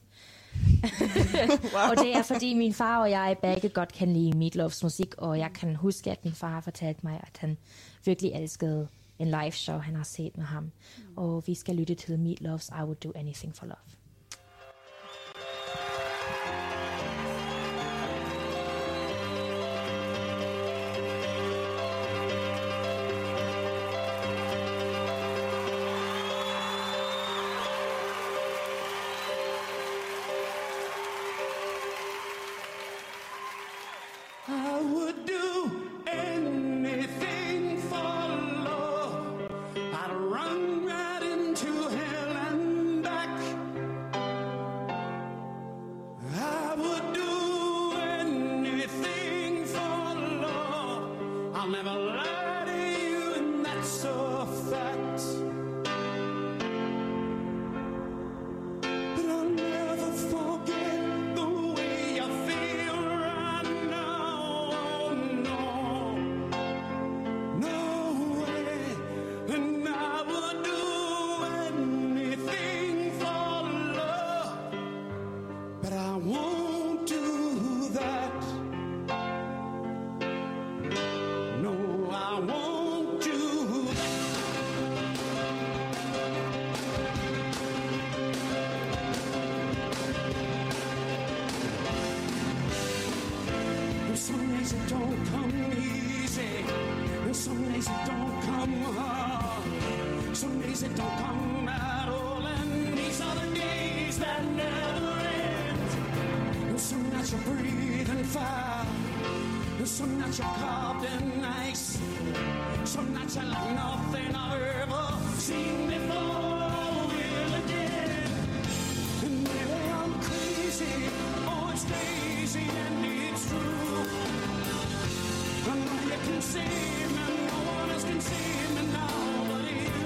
Og det er fordi min far og jeg begge godt kan lide Meatloafs musik. Og jeg kan huske, at min far har fortalt mig, at han virkelig elskede en live show, han har set med ham. Og vi skal lytte til Meatloafs I Would Do Anything for Love. don't come easy, and some days it don't come hard. Some days it don't come at all, and these are the days that never end. And some nights you're breathing fire, and some nights you're carved in ice. Some nights are like nothing I've ever seen before or will again. And maybe I'm crazy, oh it's crazy and it's true. I know you can save me, no one else can save me now but you.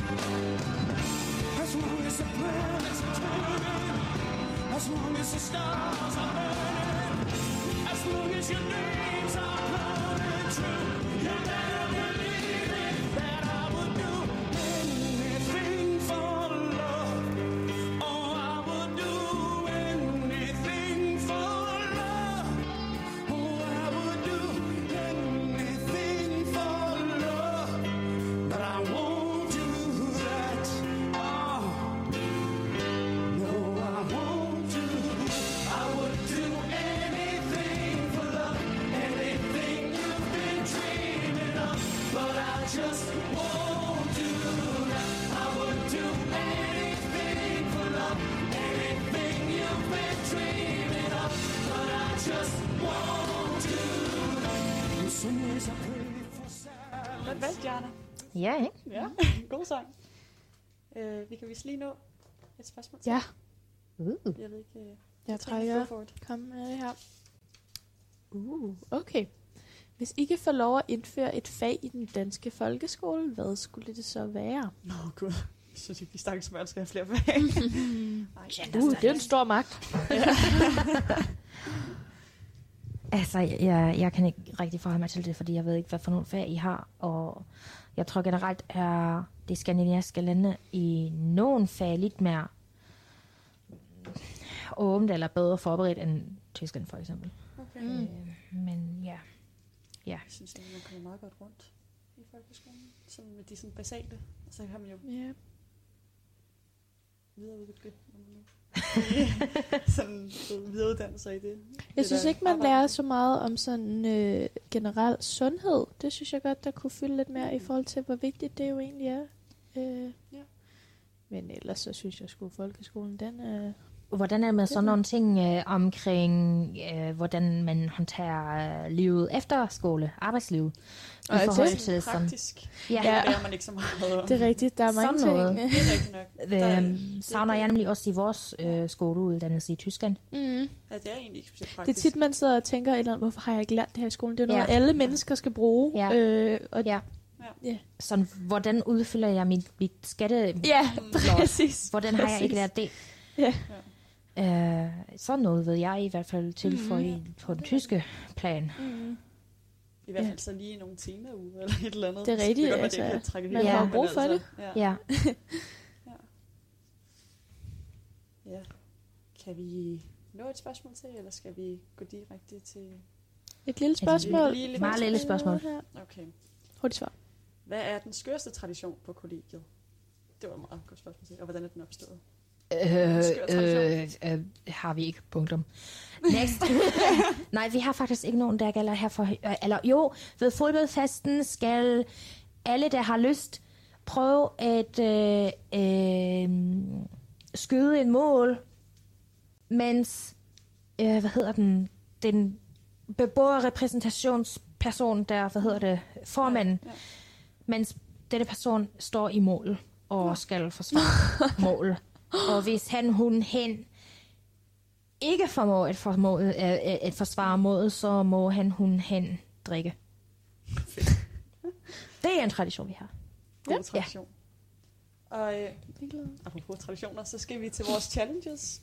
As long as the planets are turning, as long as the stars are burning, as long as your dreams are coming true, you better believe it, that I would do anything for love. Oh, I would do anything for love. Oh, I would do anything for love, but I won't do that. Oh, no, I won't do. I would do anything for love, anything you've been dreaming of, but I just won't do that. I would do anything for love, anything you've been dreaming of, but I just won't do that. Some days I pray for silence. Godt valgt, Jana. Ja, ikke? Ja, god sang. Vi kan vist lige nå et spørgsmål til. Ja, Jeg ved ikke... jeg Trine, trækker. go for it. Kom med det her. Okay. Hvis I kan få lov at indføre et fag i den danske folkeskole, hvad skulle det så være? Nå, gud. Jeg synes ikke, vi stakkels børn skal have flere fag. Det er en stor magt. Altså, jeg kan ikke rigtig forholde mig til det, fordi jeg ved ikke, hvad for nogle fag I har. Og jeg tror generelt, er de skandinaviske lande i nogle fag lidt mere åbent eller bedre forberedt end Tyskland for eksempel. Okay. Men ja. Jeg synes, at man kommer meget godt rundt i folkeskolen. Sådan med de sådan basale. Og så kan man jo Ja. videreudvikle. Sådan videreuddannelser i det. Jeg synes ikke, man lærer så meget om sådan generel sundhed. Det synes jeg godt, der kunne fylde lidt mere i forhold til, hvor vigtigt det jo egentlig er. Ja. Men ellers så synes jeg sgu, folkeskolen, den er... Hvordan er det med sådan nogle ting omkring, hvordan man håndterer livet efter skole, arbejdslivet? I Og forhold det til sådan... Praktisk. Ja. Det lærer man ikke så meget om. Det er rigtigt, der er mange Sådan ting. noget. Det er rigtig nok. Savner jeg nemlig også i vores skoleuddannelse i Tyskland. Mm. Ja, det er egentlig ikke specielt Det praktisk. er tit, man sidder og tænker et eller andet, hvorfor har jeg ikke lært det her i skolen? Det er noget, Ja. alle mennesker skal bruge. Ja. Og Ja. Ja. Sådan, hvordan udfylder jeg mit skatte? Ja, præcis. Hvordan har jeg ikke Præcis. lært det? Ja. Sådan noget vil jeg i hvert fald tilføje på den tyske plan. Mm. I hvert fald så lige nogle temauger eller et eller andet. Det er rigtigt, kan godt være, altså, det kan trække man helt har op, brug men for det. Ja. Ja. Kan vi nå et spørgsmål til, eller skal vi gå direkte til... Et lille spørgsmål. Meget lille spørgsmål. Okay. Hurtigt svar. Hvad er den skørste tradition på kollegiet? Det var et meget godt spørgsmål til. Og hvordan er den opstået? Har vi ikke punktum. Next. Nej, vi har faktisk ikke nogen, der gælder her for... Eller jo, ved fodboldfesten skal alle, der har lyst, prøve at skyde en mål, mens den beboerrepræsentationsperson, der, formanden, mens denne person står i mål og skal forsvare mål. Og hvis hun, hen ikke formår at forsvare målet, så må hun, hen drikke. Det er en tradition, vi har. God tradition. Og apropos traditioner, så skal vi til vores challenges.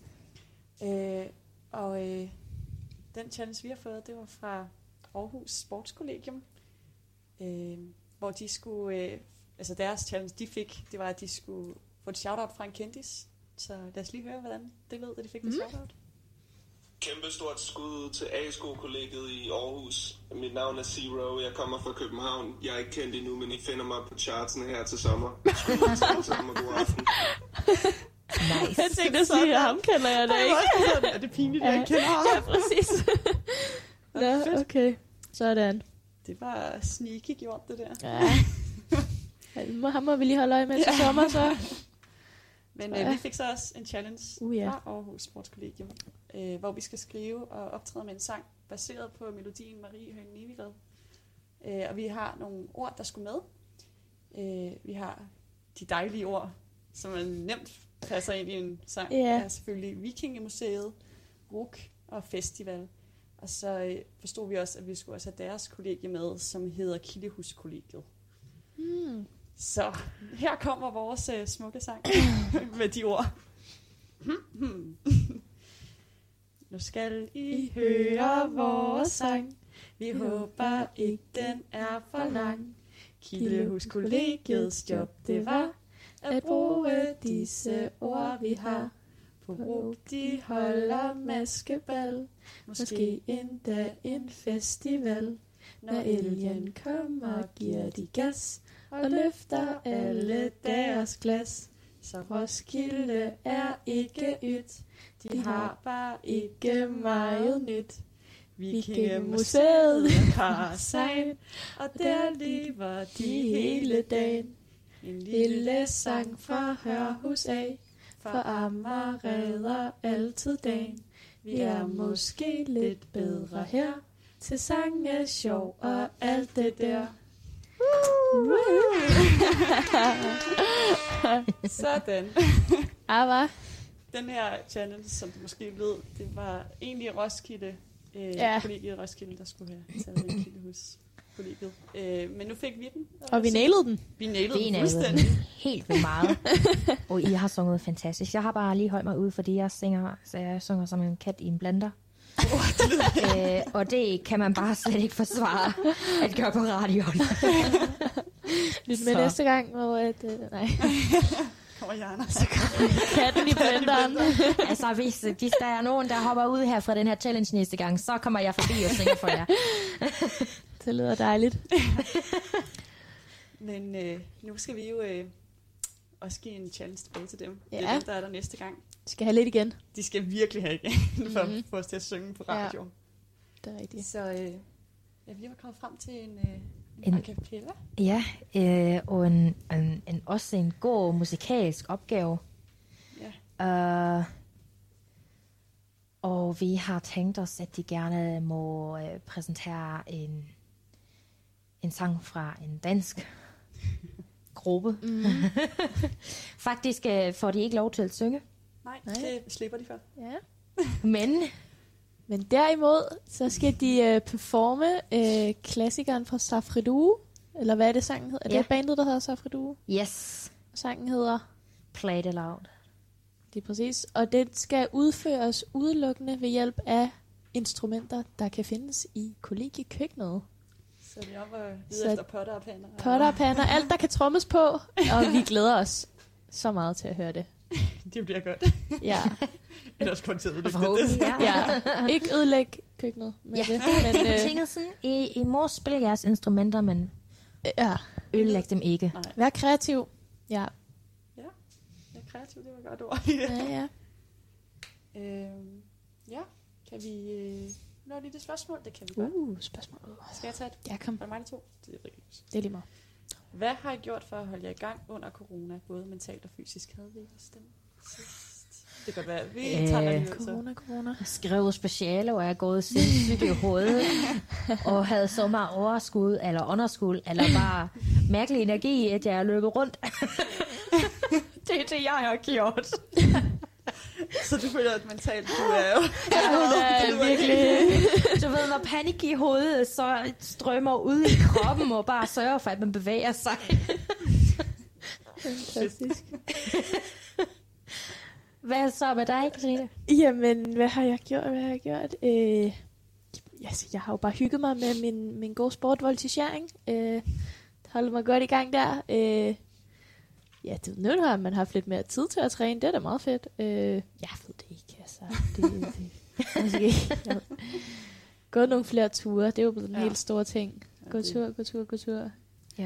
Den challenge, vi har fået, det var fra Aarhus Sportskollegium, hvor de skulle... deres challenge, de fik, det var, at de skulle få et shout-out fra en kendis. Så lad os lige høre, hvordan det lød, da de fik det shout-out. Kæmpe stort skud til A-sko-kollegiet i Aarhus. Mit navn er Zero, jeg kommer fra København. Jeg er ikke kendt endnu, men I finder mig på chartsene her til sommer. Skud til alle sammen, og god aften. Nice. Jeg tænkte at sige, at ham kender jeg da ikke. Er det pinligt, at jeg ikke kender ham? Ja, præcis. Ja, okay. Sådan. Det var sneaky gjort, det der. Ja. Ham må vi lige holde øje med til sommer, så. Men vi fik så også en challenge fra Aarhus Sportskollegium, hvor vi skal skrive og optræde med en sang, baseret på melodien Marie Høgen Nivired. Og vi har nogle ord, der skulle med. Vi har de dejlige ord, som man nemt passer ind i en sang. Er selvfølgelig Vikingemuseet, RUK og Festival. Og så forstod vi også, at vi skulle også have deres kollegie med, som hedder Kildehuskollegiet. Så her kommer vores smukke sang med de ord. Nu skal I høre vores sang. Vi håber ikke, den er for lang. Kildehuskollegiets job, det var at bruge disse ord, vi har. På RUK, de holder maskebal. Måske endda en festival. Når elgen kommer, giver de gas og løfter alle deres glas. Så Roskilde er ikke ydt, de har bare ikke meget nyt. Vikingemuseet har sejl, og der lever de hele dagen. En lille sang fra Hørhus af, for Amager redder altid dagen. Vi er måske lidt bedre her, til sang er sjov og alt det der. Sådan. Aber. Den her challenge, som du måske ved, det var egentlig Roskilde, kollegiet Roskilde, der skulle have taget en Kildehuskollegiet. Men nu fik vi den. Og vi nailede den. Vi nailede den fuldstændig. Helt vildt meget. Og I har sunget fantastisk. Jeg har bare lige holdt mig ude, fordi jeg synger som en kat i en blender. Og det kan man bare slet ikke forsvare at gøre på radioen. Lyt med næste gang, hvor nej. Kommer Jana. Så kommer katten i blenderen. Altså, hvis der er nogen, der hopper ud her fra den her challenge næste gang, så kommer jeg forbi og synger for jer. Det lyder dejligt. Men nu skal vi jo også give en challenge tilbage til dem. Ja. Det er dem, der er der næste gang. De skal have lidt igen. De skal virkelig have igen, for at få os til at synge på radio. Ja, det er rigtigt. Så vi var kommet frem til en a cappella. Ja, og også en god musikalsk opgave. Ja. Og vi har tænkt os, at de gerne må præsentere en sang fra en dansk gruppe. Faktisk får de ikke lov til at synge. Nej, det slipper de for. Ja. Men derimod, så skal de performe klassikeren fra Safri Duo. Eller hvad er det, sangen hedder? Er det bandet, der hedder Safri Duo? Yes. Sangen hedder? Play It Loud. Det er præcis. Og det skal udføres udelukkende ved hjælp af instrumenter, der kan findes i kollegiekøkkenet. Så det er op og lede efter potter og pander. Potter og pander, alt der kan trommes på. Og vi glæder os så meget til at høre det. Det bliver godt. Ja. Ellers kun til at ødelægge det. Ja. Ikke ødelægge køkkenet med det. Men Tingelsen, I må spille jeres instrumenter, men ødelæg dem ikke. Nej. Vær kreativ. Ja. Ja, vær kreativ, det var godt ord. Ja. Ja, kan vi nå lige det spørgsmål? Det kan vi godt. Spørgsmål. Skal jeg tage det? Ja, kom. Er det mig, de to? Det er lige meget. Hvad har I gjort for at holde jer i gang under corona, både mentalt og fysisk? Havde vi stemme sidst? Det kan godt være, vi tager det Corona. Skrev speciale, og jeg er gået sindssygt i hovedet, og havde så meget overskud, eller underskud, eller bare mærkelig energi, at jeg er løbet rundt. Det er det, jeg har gjort. Så du føler, at mentalt, du er jo... Ja, virkelig... Du ved, når panik i hovedet, så strømmer ud i kroppen, og bare sørger for, at man bevæger sig. Fantastisk. Hvad så med dig, Katrine? Jamen, hvad har jeg gjort? Jeg har jo bare hygget mig med min gode sport, voltigering. Holdt mig godt i gang der. Nu har man haft lidt mere tid til at træne. Det er da meget fedt. Jeg ved det ikke, altså. Måske. Gået nogle flere ture. Det er jo blevet en helt stor ting. Gå tur. Ja.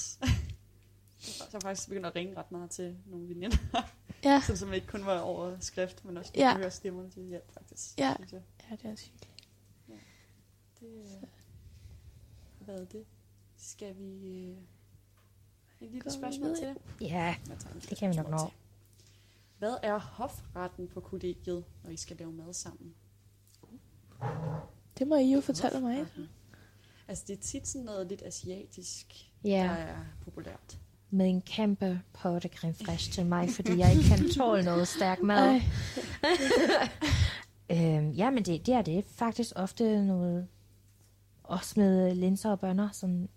Så faktisk begyndt at ringe ret meget til nogle veninder. Ja. Som ikke kun var over skrift, men også kunne høre stemmerne til hjælp, faktisk. Ja, det er også hyggeligt. Ja. været det. Skal vi et lille spørgsmål til det? Ja, det kan vi nok nå. Hvad er hofretten på kollegiet, når I skal lave mad sammen? Det må I jo fortælle mig. Altså, det er tit sådan noget lidt asiatisk, Ja. der er populært. Med en kæmpe potte creme fraiche til mig, fordi jeg ikke kan tåle noget stærk mad. Ja, men det er det. Faktisk ofte noget, også med linser og bønner, som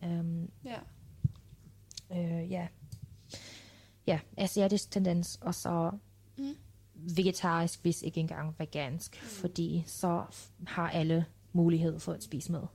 asiatisk tendens, og så vegetarisk, hvis ikke engang vegansk, fordi så har alle mulighed for at spise med.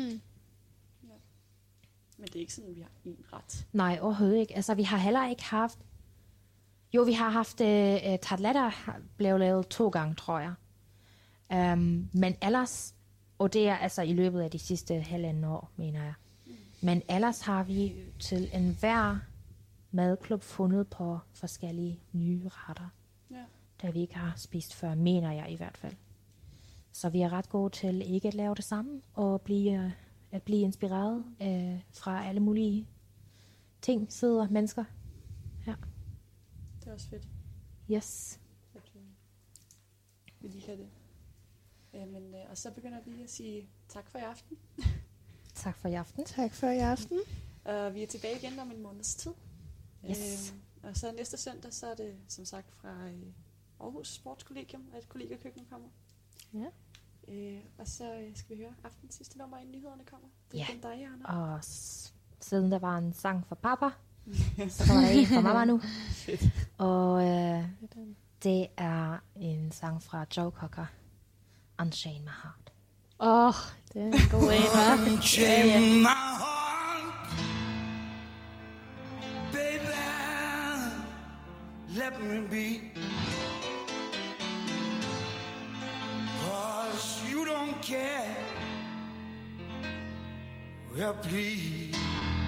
Men det er ikke sådan, at vi har en ret. Nej, overhovedet ikke. Altså, vi har heller ikke haft... Jo, vi har haft tarteletter, blev lavet 2 gange, tror jeg. Men ellers... Og det er altså i løbet af de sidste 1,5 år, mener jeg. Men ellers har vi til enhver madklub fundet på forskellige nye retter. Ja. Der vi ikke har spist før, mener jeg i hvert fald. Så vi er ret gode til ikke at lave det samme, og at blive inspireret fra alle mulige ting, sider, mennesker. Ja. Det er også fedt. Yes. Vi lige kan det. Og så begynder vi at sige tak for i aften. Tak for i aften. Tak for i aften. Vi er tilbage igen om en måneds tid. Yes. Og så næste søndag, så er det som sagt fra Aarhus Sportskollegium, at kollegiekøkkenet kommer. Ja. Og så skal vi høre aftens sidste nummer, inden nyhederne kommer. Det er kun dig, Jana. Og siden der var en sang for papa, så kommer der en for mamma nu. Og det er en sang fra Joe Cocker, Unchain My Heart. Det er en god en, hva'? Unchain my heart, baby, let me be. 'Cause you don't care. Well, please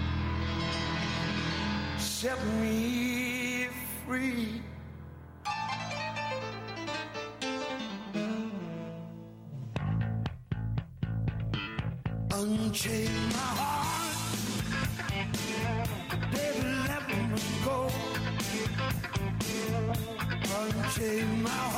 set me free. Unchain my heart, baby, let me go. Unchain my heart.